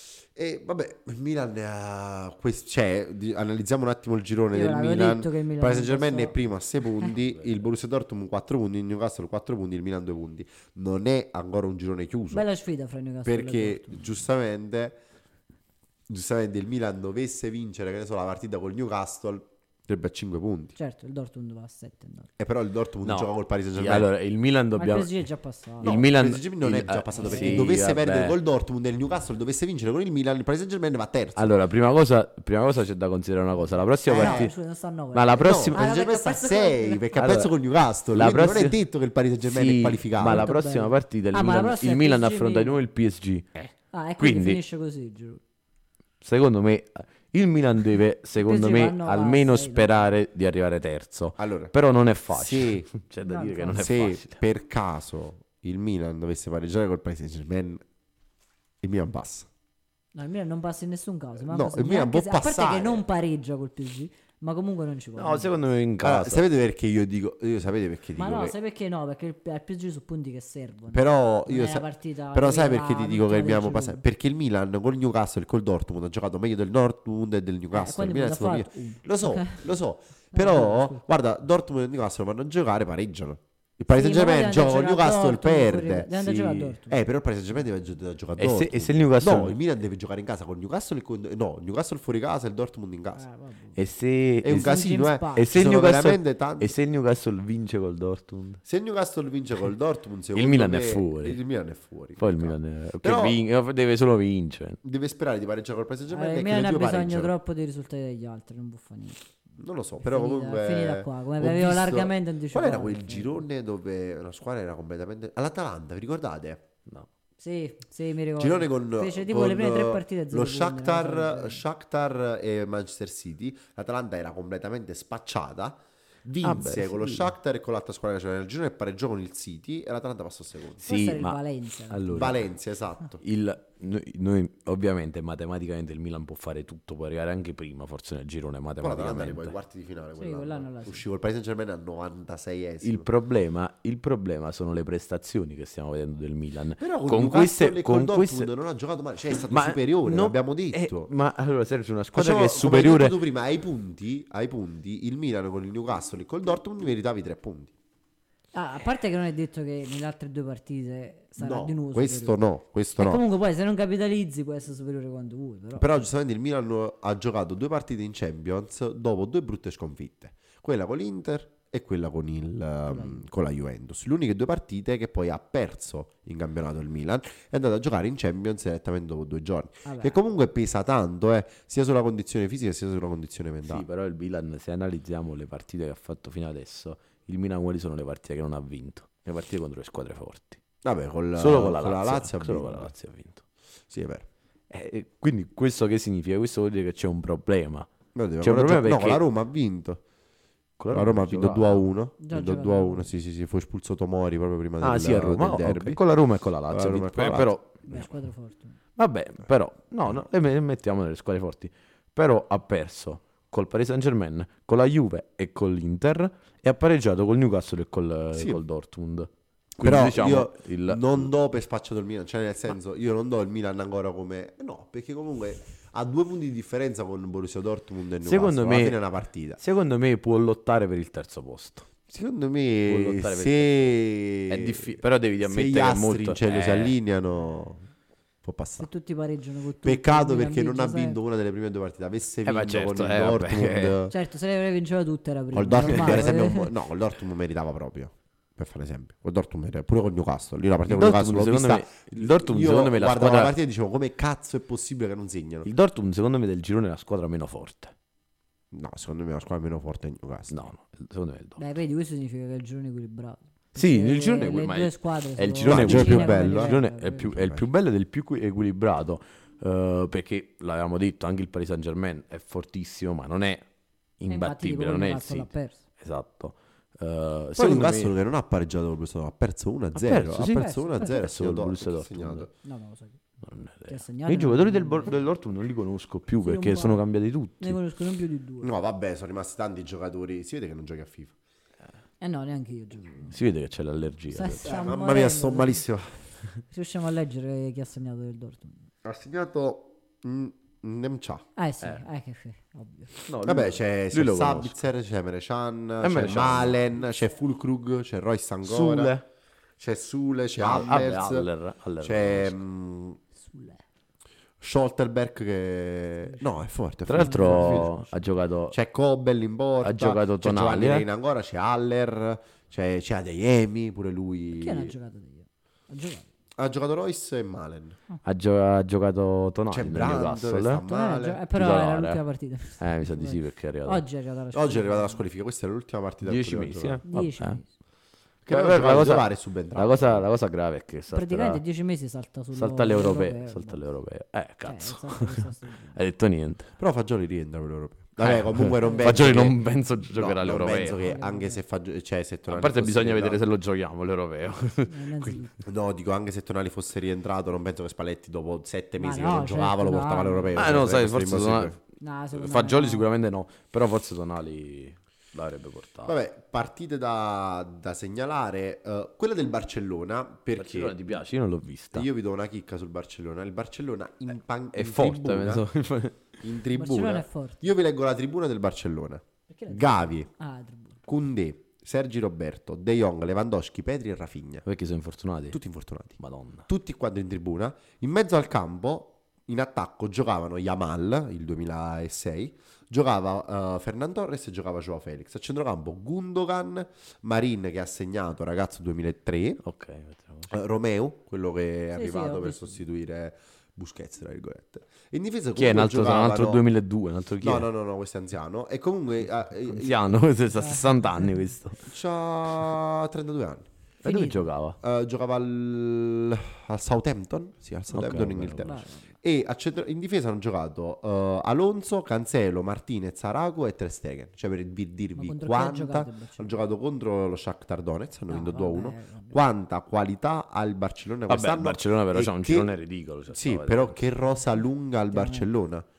E vabbè, il Milan analizziamo un attimo il girone Io del l'avevo Milan. detto che il Il Milan Paris non Saint-Germain posso- è primo a 6 punti, il Borussia Dortmund 4 punti, il Newcastle 4 punti, il Milan 2 punti. Non è ancora un girone chiuso. Bella sfida fra Newcastle e Perché Dortmund. giustamente il Milan dovesse vincere, che ne so, la partita col Newcastle, sarebbe a 5 punti. Certo, il Dortmund va a 7. No. E però il Dortmund No. gioca col Paris Saint-Germain. Allora, il Milan Ma dobbiamo. il PSG è già passato. il Milan il PSG non è già passato perché sì, dovesse vabbè. perdere col Dortmund e il Newcastle dovesse vincere con il Milan, il Paris Saint-Germain va terzo. Allora, prima cosa c'è da considerare una cosa. La prossima No, partita. scusa, non sta a 9. Ma la prossima. No, il Paris Saint-Germain sta a 6 perché ha Allora, perso con il Newcastle. la Quindi non prossima- è detto che il Paris Saint-Germain Sì, è qualificato. ma la Molto prossima bello. partita il Ah, ma la Milan, prossima il è Milan PSG affronta di nuovo il PSG. e quindi quindi- finisce così, giuro. Secondo me il Milan deve, secondo PSG me, vanno a almeno sei, no? sperare di arrivare terzo. Allora, Però non è facile. se, C'è da No, dire che non è se facile. per caso il Milan dovesse pareggiare col Paris Saint-Germain, il Milan passa. No, il Milan non passa in nessun caso. No, manco se il Milan neanche può se- a parte passare. che non pareggia col PSG, ma comunque non ci può. No, secondo me in Allora, casa. sapete perché io dico? Sapete perché Ma dico no, che- sai perché no? Perché il PSG sono punti che servono. Però Non io è sa- la partita però sai quella perché ti dico che il vittoria Milan del passa? girone. Perché il Milan col Newcastle e col Dortmund ha giocato meglio del Dortmund e del Newcastle. Il quindi Milan è cosa stato ha migliore. fatto? Uno. Lo so, Ok. lo so. scusa. Però guarda, Dortmund e Newcastle vanno a giocare, pareggiano. Il Paris Sì, Saint-Germain ma poi gioca con devono giocare a Newcastle, Dortmund, perde. devono andare a giocare a Sì. Dortmund. Però il Paris Saint-Germain deve giocare a E se- Dortmund. e se il Newcastle- No, il Milan deve giocare in casa con Newcastle e no, il Newcastle fuori casa e il Dortmund in casa. Vabbè. E se, È un e- casino, James Park. e se il Ci sono Newcastle, veramente tanti- e se il Newcastle vince col Dortmund? Se il Newcastle vince col Dortmund, secondo Milan me, è fuori. Il Milan è fuori. Poi il Milan che Però- deve solo vincere. deve sperare di pareggiare col Paris Saint-Germain Il e che Milan le ha due bisogno pareggiano. troppo dei risultati degli altri, non può fare niente. Non lo so, però finita- comunque è finita qua, come ho avevo visto- largamente anticipato. Qual era quel girone dove una squadra era completamente all'Atalanta, vi ricordate? No. Sì, mi ricordo. Girone con Fece tipo con, le prime 3 partite lo 0 punti, una cosa del Shakhtar e Manchester City. L'Atalanta era completamente spacciata. Vinse beh, con lo sì. Shakhtar e con l'altra squadra che c'era nel girone e pareggiò con il City e l'Atalanta passò secondo. Forse Sì, era il ma Valencia. allora, Valencia, esatto. noi ovviamente matematicamente il Milan può fare tutto, può arrivare anche prima forse nel girone Poi l'Atalanta arrivò ai matematicamente. quarti di finale. Sì, quell'anno. quell'anno là, sì. Uscì col Paris Saint-Germain al 96esimo. Il problema sono le prestazioni che stiamo vedendo del Milan. Però con con Newcastle queste, e col con Dortmund queste, non ha giocato male, cioè è stato ma superiore, no, l'abbiamo detto. ma allora Sergio, una squadra Facciamo, che è come hai detto superiore. tu prima, ai punti, il Milan con il Newcastle e col Dortmund meritavi 3 punti. A parte che non è detto che nelle altre due partite sarà No, di nuovo questo superiore. no, questo E no. comunque poi se non capitalizzi può essere superiore quanto vuoi, però. Però giustamente il Milan ha giocato 2 partite in Champions dopo 2 brutte sconfitte. Quella con l'Inter e quella con la Juventus. Le uniche 2 partite che poi ha perso in campionato il Milan è andato a giocare in Champions direttamente dopo 2 giorni. Vabbè. Che comunque pesa tanto, sia sulla condizione fisica sia sulla condizione mentale. Sì, però il Milan, se analizziamo le partite che ha fatto fino adesso, il Milan quali sono le partite che non ha vinto? Le partite contro le squadre forti. Vabbè, Solo con la con Lazio, ha solo vinto. con la Lazio ha vinto. Sì, è vero. Quindi questo che significa? Questo vuol dire che c'è un problema. Guarda, C'è un ma problema no, perché la Roma ha vinto. con La Roma ha vinto 2-1. Già Ha vinto giocato. 2-1. Sì, fu espulso Tomori proprio prima Ah, sì, a Roma. del derby. Ok, con la Roma e con la Lazio. Con la Roma e con la Però Beh, squadra forte. vabbè, però no, le mettiamo nelle squadre forti. Però ha perso col Paris Saint-Germain, con la Juve e con l'Inter e ha pareggiato col Newcastle e col Dortmund. Quindi Però diciamo io non do per spacciato il Milan, cioè nel senso io non do il Milan ancora come... No, perché comunque ha 2 punti di differenza con Borussia Dortmund e Newcastle. Secondo me- alla fine è una partita. Secondo me può lottare per il terzo posto. Secondo Può me lottare per se... È difficile, però devi se ammettere gli che è astri molto in cielo si allineano può Se passare. tutti pareggiano con tutti. Peccato il Milan perché non ha vince vinto una delle prime 2 partite. Avesse ma vinto certo, con il vabbè. Dortmund... sempre. Certo, se le avrebbe vinceva tutte era prima. Col Dortmund, per normale. esempio, no, col Dortmund meritava proprio. Per fare esempio, col Dortmund meritava, pure col Newcastle. Lì la partita Il con Newcastle Dortmund, l'ho secondo vista. me, il Dortmund, Io secondo me, la guardavo la squadra, partita e dicevo come cazzo è possibile che non segnano? il Dortmund, secondo me, del girone è la squadra meno forte. No, secondo me la squadra meno forte è Newcastle. No, secondo me è il Dortmund. Beh, vedi, questo significa che è il girone equilibrato. Sì, Perché il girone le ma due squadre è il sono girone il vicine più come bello, Il livello, girone è il più bello ed è il più equilibrato. Perché l'avevamo detto, anche il Paris Saint-Germain è fortissimo, ma non è E infatti imbattibile, tipo non è il Newcastle l'ha City. perso. Esatto. Poi Secondo Newcastle me, che non ha pareggiato col Borussia Dortmund, ha perso 1-0. perso, sì. Ha perso 1-0 Ha perso e col segnato Borussia ha Dortmund. segnato. No, non lo so. non è Chi ha vero. segnato I giocatori non- del Dortmund non li conosco più Sì, perché un sono po'. cambiati tutti. Ne conosco non più di due. No, vabbè, sono rimasti tanti giocatori. Si vede che non giochi a FIFA. No, neanche io gioco. Si vede che c'è l'allergia. Stiamo Mamma mia, morendo. sto malissimo. Se riusciamo a leggere chi ha segnato del Dortmund. Ha segnato Nemcha. Sì, che ovvio. No, lui- Vabbè, c'è lui lo Sabitzer, c'è Merechan, c'è Merechan. Malen, c'è Fulkrug, c'è Royce ancora. Sule. C'è Sule, c'è Vabbè, Havertz, Haller c'è lo Sulle. Scholterberg che... No, è forte. è Tra forte. l'altro ha giocato C'è Kobel in porta. Ha giocato c'è Tonali, Giovanni eh. Reina ancora, c'è Haller, c'è Adeyemi, pure lui. Chi ha giocato di io? Ha giocato. Ha giocato Royce e Malen. ha giocato Tonali C'è nel Brandt, Newcastle. che sta male. Però Titolare. era l'ultima partita. Mi sa di sì perché è arrivato Oggi è arrivata la squalifica. Oggi è arrivata la squalifica, questa è l'ultima partita. 10 che mesi. gioca. 10 Vabbè. mesi. Che poi La la cosa- cosa è subentrato. La cosa grave è che Praticamente 10 mesi salta all'europeo. Salta all'europeo. Cazzo. Hai detto niente. Però Fagioli rientra per l'Europeo. Vabbè, comunque non penso Fagioli che... non penso giocherà no, non all'europeo. penso che anche se Fagioli... Cioè, se A Tonali parte fosse bisogna vedere se rientrato- lo giochiamo l'europeo. No, dico anche se Tonali fosse rientrato, non penso che Spalletti dopo 7 Ma mesi no, che non giocava certo, lo no. portava all'Europeo. Ah Cioè, no, sai, questo è forse impossibile. Fagioli sicuramente no, però forse Tonali l'avrebbe portato. Vabbè, partite da segnalare. Quella del Barcellona, perché Barcellona ti piace? Io non l'ho vista. io vi do una chicca sul Barcellona. Il Barcellona È in forte, tribuna, penso. in Barcellona tribuna. è forte. Io vi leggo la tribuna del Barcellona. Perché la- Gavi, tribuna. Koundé, Sergi Roberto, De Jong, Lewandowski, Pedri e Rafinha. Perché sono infortunati? Tutti infortunati. Madonna. Tutti quanti in tribuna. In mezzo al campo, in attacco, giocavano Yamal, il 2006, giocava Fernan Torres e giocava Joao Felix. A centrocampo Gundogan, Marin che ha segnato, ragazzo 2003, Ok, mettiamo. Romeo, quello che è Sì, arrivato ho per visto. sostituire Busquets, tra virgolette. In difesa Chi è? comunque Un altro giocavano- 2002, un altro chi No, è? no, questo è anziano. E comunque Anziano, questo sta a 60 anni questo. c'ha 32 anni. E dove Finito. giocava? Giocava al Southampton, sì, al Southampton in vabbè, Inghilterra. Vai. E in difesa hanno giocato Alonso, Cancelo, Martinez, Arago e Ter Stegen. Cioè per Ma dirvi contro chi ha quanta giocato il Barcellona? hanno giocato contro lo Shakhtar Donetsk, hanno No, vinto vabbè, 2-1. vabbè. Quanta qualità ha il Barcellona Vabbè, quest'anno? il Barcellona però e c'ha un che- girone ridicolo. Cioè, Sì, stava però vedendo. che rosa lunga al Barcellona.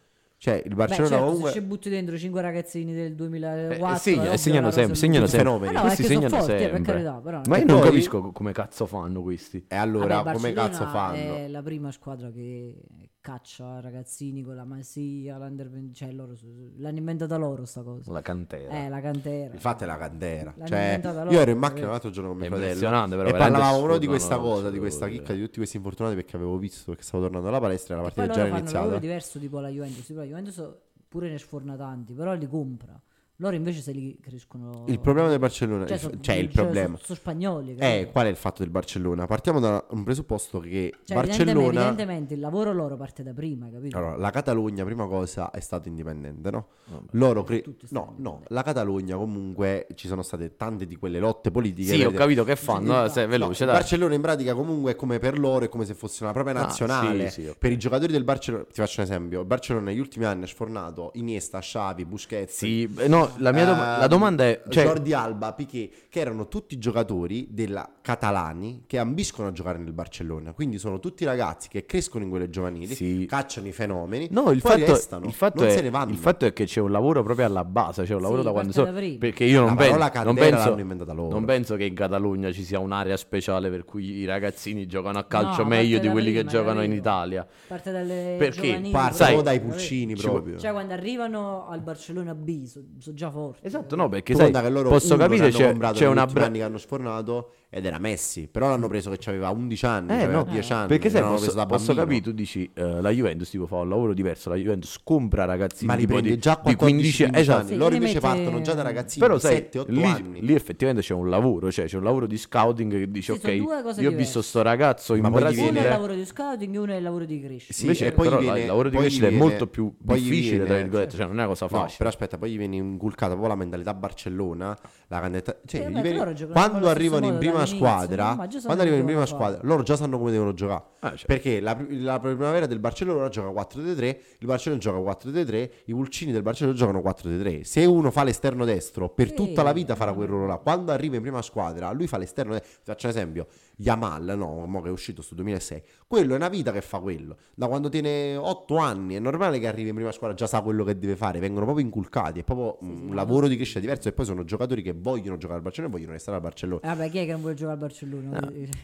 Cioè, il Beh, Barcellona certo, comunque... se ci butti dentro 5 ragazzini del 2004 segnano è sempre, ovvio segnano una cosa sempre. così. fenomeni. No, Questi è che sono segnano forti, per sempre. carità, però Ma io E non poi- capisco come cazzo fanno questi. E allora, Vabbè, come cazzo Barcellona fanno? è la prima squadra che caccia ragazzini con la Masia, l'Under 20, cioè l'hanno inventata loro sta cosa. La cantera. La cantera. Infatti è la candela. L'hanno Cioè, inventata io loro, ero in macchina capito? l'altro giorno con mio È fratello impressionante, però e veramente parlavamo proprio di sfruttano, questa cosa, di sì, questa devo chicca dire. di tutti questi infortunati, perché avevo visto perché stavo tornando alla palestra e la E partita poi già loro era fanno un lavoro iniziata. diverso tipo la Juventus. Tipo la Juventus pure ne sforna tanti, però li compra. Loro invece se li crescono. Il problema del Barcellona, cioè il problema sono spagnoli. qual è il fatto del Barcellona? Partiamo da un presupposto che Cioè, Barcellona... evidentemente il lavoro loro parte da prima, capito? Allora, la Catalogna, prima cosa, è stata indipendente, no? Vabbè. Loro tutti stanno no, indipendenti. la Catalogna comunque ci sono state tante di quelle lotte politiche. Sì, ho vedete? capito che fanno. Se è No, veloce, il dai. Barcellona in pratica comunque è come per loro, è come se fosse una propria Ah, nazionale. sì, ok. Per i giocatori del Barcellona, ti faccio un esempio, il Barcellona negli ultimi anni ha sfornato Iniesta, Xavi, Busquets, Sì, no, la domanda è... Cioè, Jordi Alba, Piqué, che erano tutti giocatori della catalani che ambiscono a giocare nel Barcellona. Quindi sono tutti ragazzi che crescono in quelle giovanili, Sì. cacciano i fenomeni, no, poi restano, non se ne vanno. il fatto è che c'è un lavoro proprio alla base, c'è un lavoro Sì, da quando parte so, da prima. perché io La non, parola non candela penso l'hanno inventata loro. non penso che in Catalogna ci sia un'area speciale per cui i ragazzini giocano a calcio No, meglio parte di da quelli che prima, giocano in capito? Italia. Parte dalle Perché? giovanili, Parte Sai, proprio dai capito? pulcini ci proprio. Cioè quando arrivano al Barcellona B sono già forti. Esatto, no, perché Tu sai, conta che loro posso uno capire l'hanno c'è comprato c'è negli una ultimi anni che hanno sfornato ed era Messi, però l'hanno preso che aveva 11 anni, aveva no, 10 anni, perché sai, l'hanno preso da posso bambino. capire, tu dici la Juventus tipo fa un lavoro diverso, la Juventus compra ragazzini Ma li tipo prende già di 15 14-15 esatto. anni, Sì, loro li invece mette- partono già da ragazzini Però di sai, 7-8 lì, anni. lì effettivamente c'è un lavoro, cioè c'è un lavoro di scouting che dice Sì, sono due ok, cose io ho diverse. visto sto ragazzo in Ma poi gli Brasile. Uno è il viene- lavoro di scouting e uno è il lavoro di crescita. Sì, Invece e poi però gli viene- il lavoro di poi gli crescita è viene- molto più poi gli difficile, viene- tra virgolette, cioè non è una cosa No, facile. però aspetta, poi gli viene inculcata proprio la mentalità Barcellona, la candidata- cioè, Sì, gli vabbè, viene- loro giocano quando allo stesso arrivano in modo prima dall'inizio, squadra, no? Ma già sanno quando arrivano in che prima devono fare. squadra, loro già sanno come devono giocare. Certo. Perché la primavera del Barcellona gioca 4-3-3, il Barcellona gioca 4-3-3, i pulcini del Barcellona giocano 4-3-3. Se uno fa l'esterno destro, per Sì. tutta la vita farà quel ruolo là. Quando arriva in prima squadra, lui fa l'esterno destro. Faccio un esempio, Yamal, no, mo che è uscito sto 2006. Quello è una vita che fa quello. Da quando tiene 8 anni è normale che arrivi in prima squadra, già sa quello che deve fare, vengono proprio inculcati, è proprio un lavoro di crescita diverso e poi sono giocatori che vogliono giocare al Barcellona e vogliono restare al Barcellona. Vabbè, chi è che non vuole giocare al Barcellona?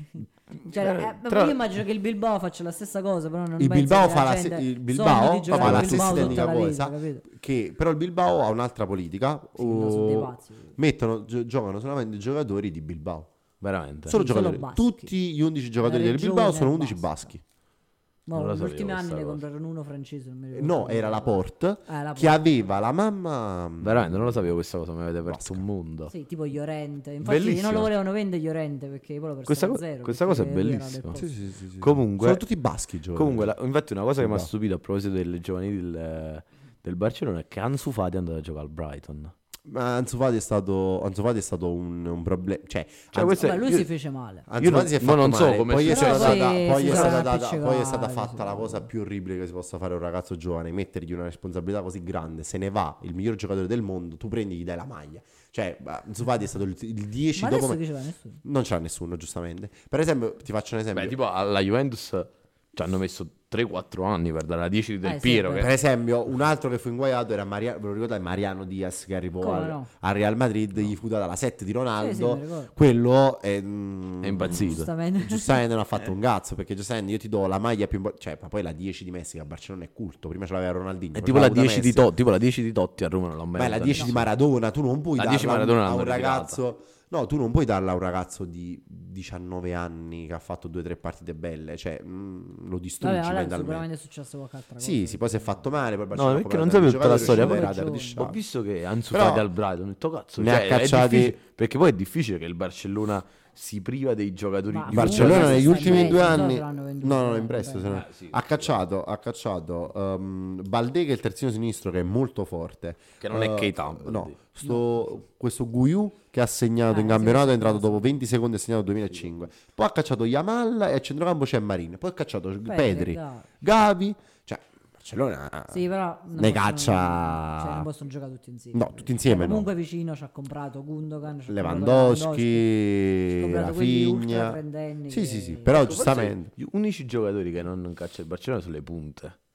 Cioè, Tra- io immagino che il Bilbao faccia la stessa cosa, però non Il penso Bilbao che fa la la gente il sogni Bilbao di giocare fa la al stessa Bilbao identica tutta la cosa, vita, capito? che però il Bilbao ha un'altra politica, Sì, no, sono dei pazzi. mettono giocano solamente i giocatori di Bilbao. Veramente. Solo Sì, solo giocatori, baschi. tutti gli 11 giocatori La del Bilbao regione sono 11 basta. baschi. Ma Non la negli sapevo ultimi anni questa ne cosa. comprarono uno francese, non mi ricordo. No, era la Porte La che aveva la mamma Veramente, non lo sapevo questa cosa, mi avete aperto Basca. un mondo. Sì, tipo Llorente. Infatti Bellissimo. non lo volevano vendere Llorente perché poi lo Questa prestava co- zero. questa perché cosa è lui era bellissima. del Sì, posto. sì, sì, sì. Comunque- sono tutti baschi i giocatori. Comunque, infatti una cosa che mi ha Bilbao. stupito a proposito delle giovanili del Barcellona è che Ansu Fati è andato a giocare al Brighton. Ma Ansu Fati è stato un problema, cioè Ansu- questo è- Vabbè, lui io- si fece male. Ansu Io non- Fati si è ma fatto non so male, come poi sia è stata successo. data- Però poi è poi stata si data- sarà poi è stata appiccicato, fatta sì. la cosa più orribile che si possa fare a un ragazzo giovane, mettergli una responsabilità così grande, se ne va il miglior giocatore del mondo, tu prendi e gli dai la maglia. Cioè, Ansu Fati è stato il 10 Ma dopo adesso che ce l'ha nessuno? non ce l'ha nessuno, giustamente. Per esempio, ti faccio un esempio. Beh, tipo alla Juventus ci hanno messo 3-4 anni per dare la 10 del sì, Piero. beh. che- Per esempio, un altro che fu inguaiato era Mariano, ve lo ricordate, Mariano Diaz che arrivò Come al, no? al Real Madrid, gli fu data la 7 di Sì, sì, Ronaldo. mi ricordo. Quello È impazzito. Giustamente. giustamente non ha fatto un cazzo, perché giustamente io ti do la maglia più importante, cioè, ma poi la 10 di Messi che a Barcellona è culto, prima ce l'aveva Ronaldinho, È poi tipo ce la l'ha avuta 10 di Messi. Totti, tipo la 10 di Totti a Roma non l'ha mai Beh, la data 10 di nessuno. Maradona, tu non puoi La darla 10 Maradona a un l'hanno ritirata. ragazzo. No, tu non puoi darla a un ragazzo di 19 anni che ha fatto 2 o 3 partite belle, cioè lo distruggi Vabbè, allora mentalmente. sicuramente è successo qualche altra cosa. Sì, poi si è fatto male, poi il No, Barcellona ha perché non comprato sapevo tutta la tanti storia, giocatori, poi- era Giovane. strisciato. Ho visto che Ansu Però- Fati al Brighton, ho detto cazzo, Ne cioè, ha è cacciati- difficile- perché poi è difficile che il Barcellona si priva dei giocatori Ma di Barcellona Juventus negli sta in ultimi 2 prestito, anni se l'hanno venduto, no, in beh, prestito, beh. se no. sì, ha cacciato Baldé che è il terzino sinistro che è molto forte, Che non è Keita, no, questo Guiu che ha segnato in sì, campionato sì, è entrato sì. dopo 20 secondi e ha segnato 2005, poi ha cacciato Yamal e a centrocampo c'è Marin, poi ha cacciato Pedri, dai. Gavi, cioè Barcellona Sì, però ne caccia cioè, non possono giocare tutti insieme. No, tutti insieme, Cioè, no. comunque vicino ci ha comprato Gundogan, ci ha Lewandowski, comprato quelli ultra Rafinha. trentenni Sì, che- sì, sì, però Forse giustamente gli unici giocatori che non caccia il Barcellona sono le punte.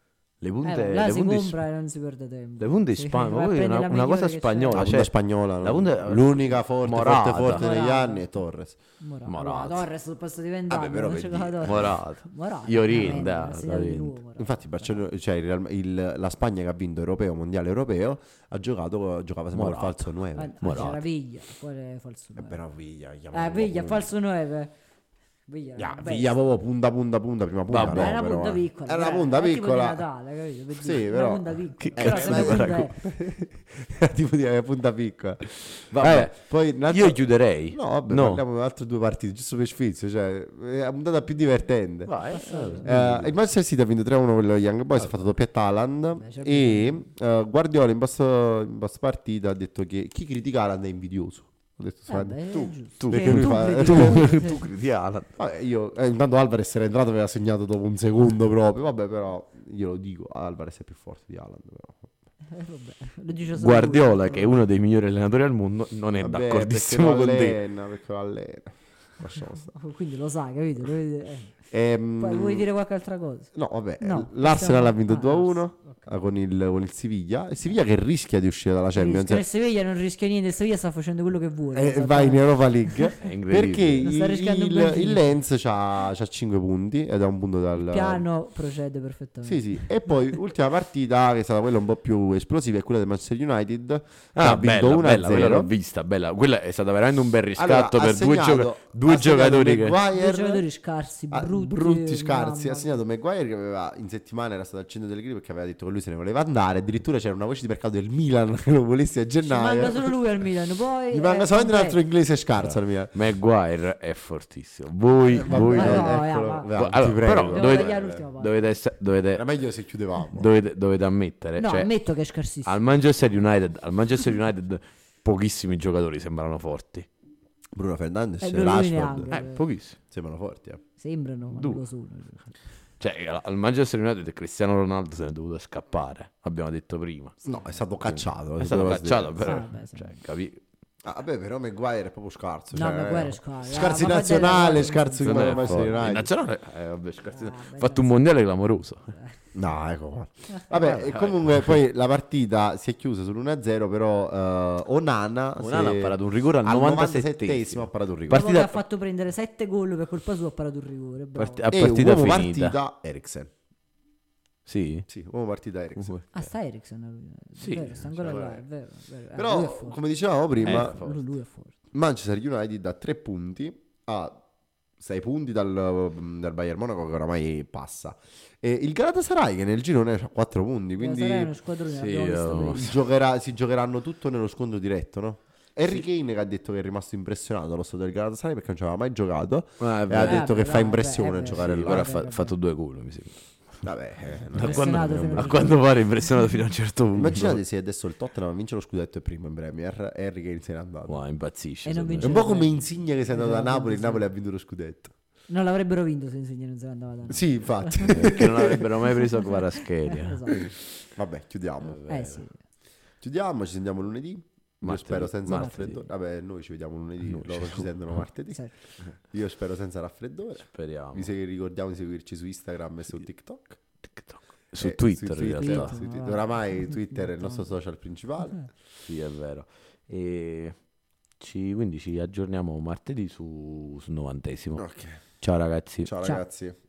Le punte, là le si punte compra e non si perde tempo. le punte in Sì, Spagna, vai a poi prendere la una cosa migliore che c'è. spagnola, La punta cioè, spagnola, la punta- l'unica forte, Morata. forte negli Morata. anni è Torres. Morata. Torres sul posto di Vendano. Vabbè, però non per giocava dire, Torres. Morata. Morata, Llorente, ha segnato di nuovo, Morata. Infatti Barcellona, cioè la Spagna che ha vinto europeo, mondiale europeo, giocava sempre col Morata. falso 9. Morata. C'era Viglia, quale falso 9? Però Viglia, Viglia, falso 9. Viglia, Viglia proprio punta, prima punta. Vabbè. no, è una però, punta piccola. È una però, punta è tipo di piccola. Natale, capito? Per Sì, dire, però- una punta piccola. Che Però cazzo sempre di punta paragone? è. Tipo di punta piccola. Vabbè, poi io chiuderei. No, vabbè, No. parliamo di altre due partite, giusto per sfizio, cioè è la puntata più divertente. Vai. Il Manchester City ha vinto 3-1 con lo Young Boys, ha fatto doppietta Haaland Beh, c'è e Guardiola in post partita ha detto che chi critica Haaland è invidioso. Ho detto, tu, perché lui fa- tu critichi Haaland. vabbè, io intanto Alvarez era entrato e aveva segnato dopo un secondo proprio, vabbè, però io lo dico, Alvarez è più forte di Haaland, però. Lo dice solo Guardiola, lui. che è uno dei migliori allenatori al mondo, non è Vabbè, d'accordissimo con te. perché lo allena. Lasciamo stare. Quindi lo sai, capito? Lo vedi- Ehm, Poi vuoi dire qualche altra cosa? No, vabbè, No, l'Arsenal possiamo- ha vinto 2-1 ok. con il Siviglia. Il Siviglia che rischia di uscire dalla Champions. Il Sevilla non rischia niente, il Sevilla sta facendo quello che vuole. Vai in Europa League È incredibile. perché Non sta rischiando un bel il fine. Lens c'ha 5 punti ed è un punto dal Il piano procede perfettamente. Sì, sì. E poi l'ultima partita che è stata quella un po' più esplosiva è quella del Manchester United che Ah, ha vinto bella, bella, quella l'ho 1-0. vista, bella. Quella è stata veramente un bel riscatto Allora, ha per segnato- due ha segnato giocatori che... Maguire, Due giocatori scarsi, brutti, scarsi. mamma. Ha segnato Maguire che aveva in settimana era stato al centro delle critiche perché aveva detto che lui se ne voleva andare. Addirittura c'era una voce di mercato del Milan che lo volesse a Ci manca gennaio. solo lui al Milan, poi Gli manca solamente un altro inglese scarso al Milan. Maguire è fortissimo. Voi Vabbè, no. no, eccolo. va. Vai, Allora, ti prego. però Devo dovete, tagliare l'ultima parte. Era meglio se chiudevamo. dovete ammettere, No, cioè, ammetto che è scarsissimo. al Manchester United pochissimi giocatori sembrano forti. Bruno Fernandes e lui Rashford neanche. Pochissimi. sembrano forti. Sembrano, ma Due. non lo sono. Cioè, al Manchester United Cristiano Ronaldo se ne è dovuto scappare, abbiamo detto prima. No, è stato cacciato. È stato Devo cacciato, dire. però, vabbè, sì. cioè, Vabbè, però Maguire è proprio scarso. No, cioè, Maguire è scarso. Scarsi Ah, ma nazionale, fate- scarso non come è Manchester forte. In United. nazionale, vabbè, scherzi. Ah, Ha beh, fatto un dai. mondiale clamoroso. No, ecco qua. Vabbè, e comunque poi la partita si è chiusa sull'1-0, però Onana Onana ha parato un rigore al 97esimo. ha parato un rigore. Dopo che ha fatto prendere 7 gol per colpa sua ha parato un rigore. Bravo. A E partita uomo finita. partita Eriksen. Sì. Sì, uomo partita Eriksen. Ah, sta Eriksen. Sì, Vero, sta ancora là, è vero. È vero. Lui è Però, forte. come dicevamo prima, forte. Lui è forte. Manchester United ha 3 punti, ha 6 punti dal Bayern Monaco che oramai passa. E il Galatasaray che nel girone ha 4 punti, quindi Sarà uno squadrone, Sì, l'abbiamo visto prima. si giocheranno tutto nello scontro diretto, no? Harry Kane che ha detto che è rimasto impressionato dallo stato del Galatasaray perché non ci aveva mai giocato e ha vero. detto che beh, fa dai, impressione beh, giocare sì, là. Ora ha vabbè. fatto 2 gol, mi sembra. Vabbè, Impressionato fino A quanto pare impressionato fino a un certo punto. immaginate se adesso il Tottenham vince lo scudetto e primo in Premier e Harry Kane se n'è andato. Wow, impazzisce. E non secondo È me. un po' come Insigne che si è andato da Napoli, il Sì. Napoli ha vinto lo scudetto. Non l'avrebbero vinto se Insigne non se ne andava da noi. Sì, infatti. Perché non avrebbero mai preso Kvaratskhelia. Esatto. Vabbè, chiudiamo. Sì. Chiudiamo, ci sentiamo lunedì. Io Martedì. spero senza Martedì. raffreddore. Vabbè, noi ci vediamo lunedì, Noi loro ci sentono martedì. Sì. Io spero senza raffreddore. Speriamo. Ricordiamo di seguirci su Instagram e su TikTok. Su Twitter, su in realtà. Su Twitter. Oramai Twitter è il nostro social principale. Sì, è vero. E quindi ci aggiorniamo martedì su 90esimo. Ok. Ciao ragazzi. Ciao Ciao. ragazzi.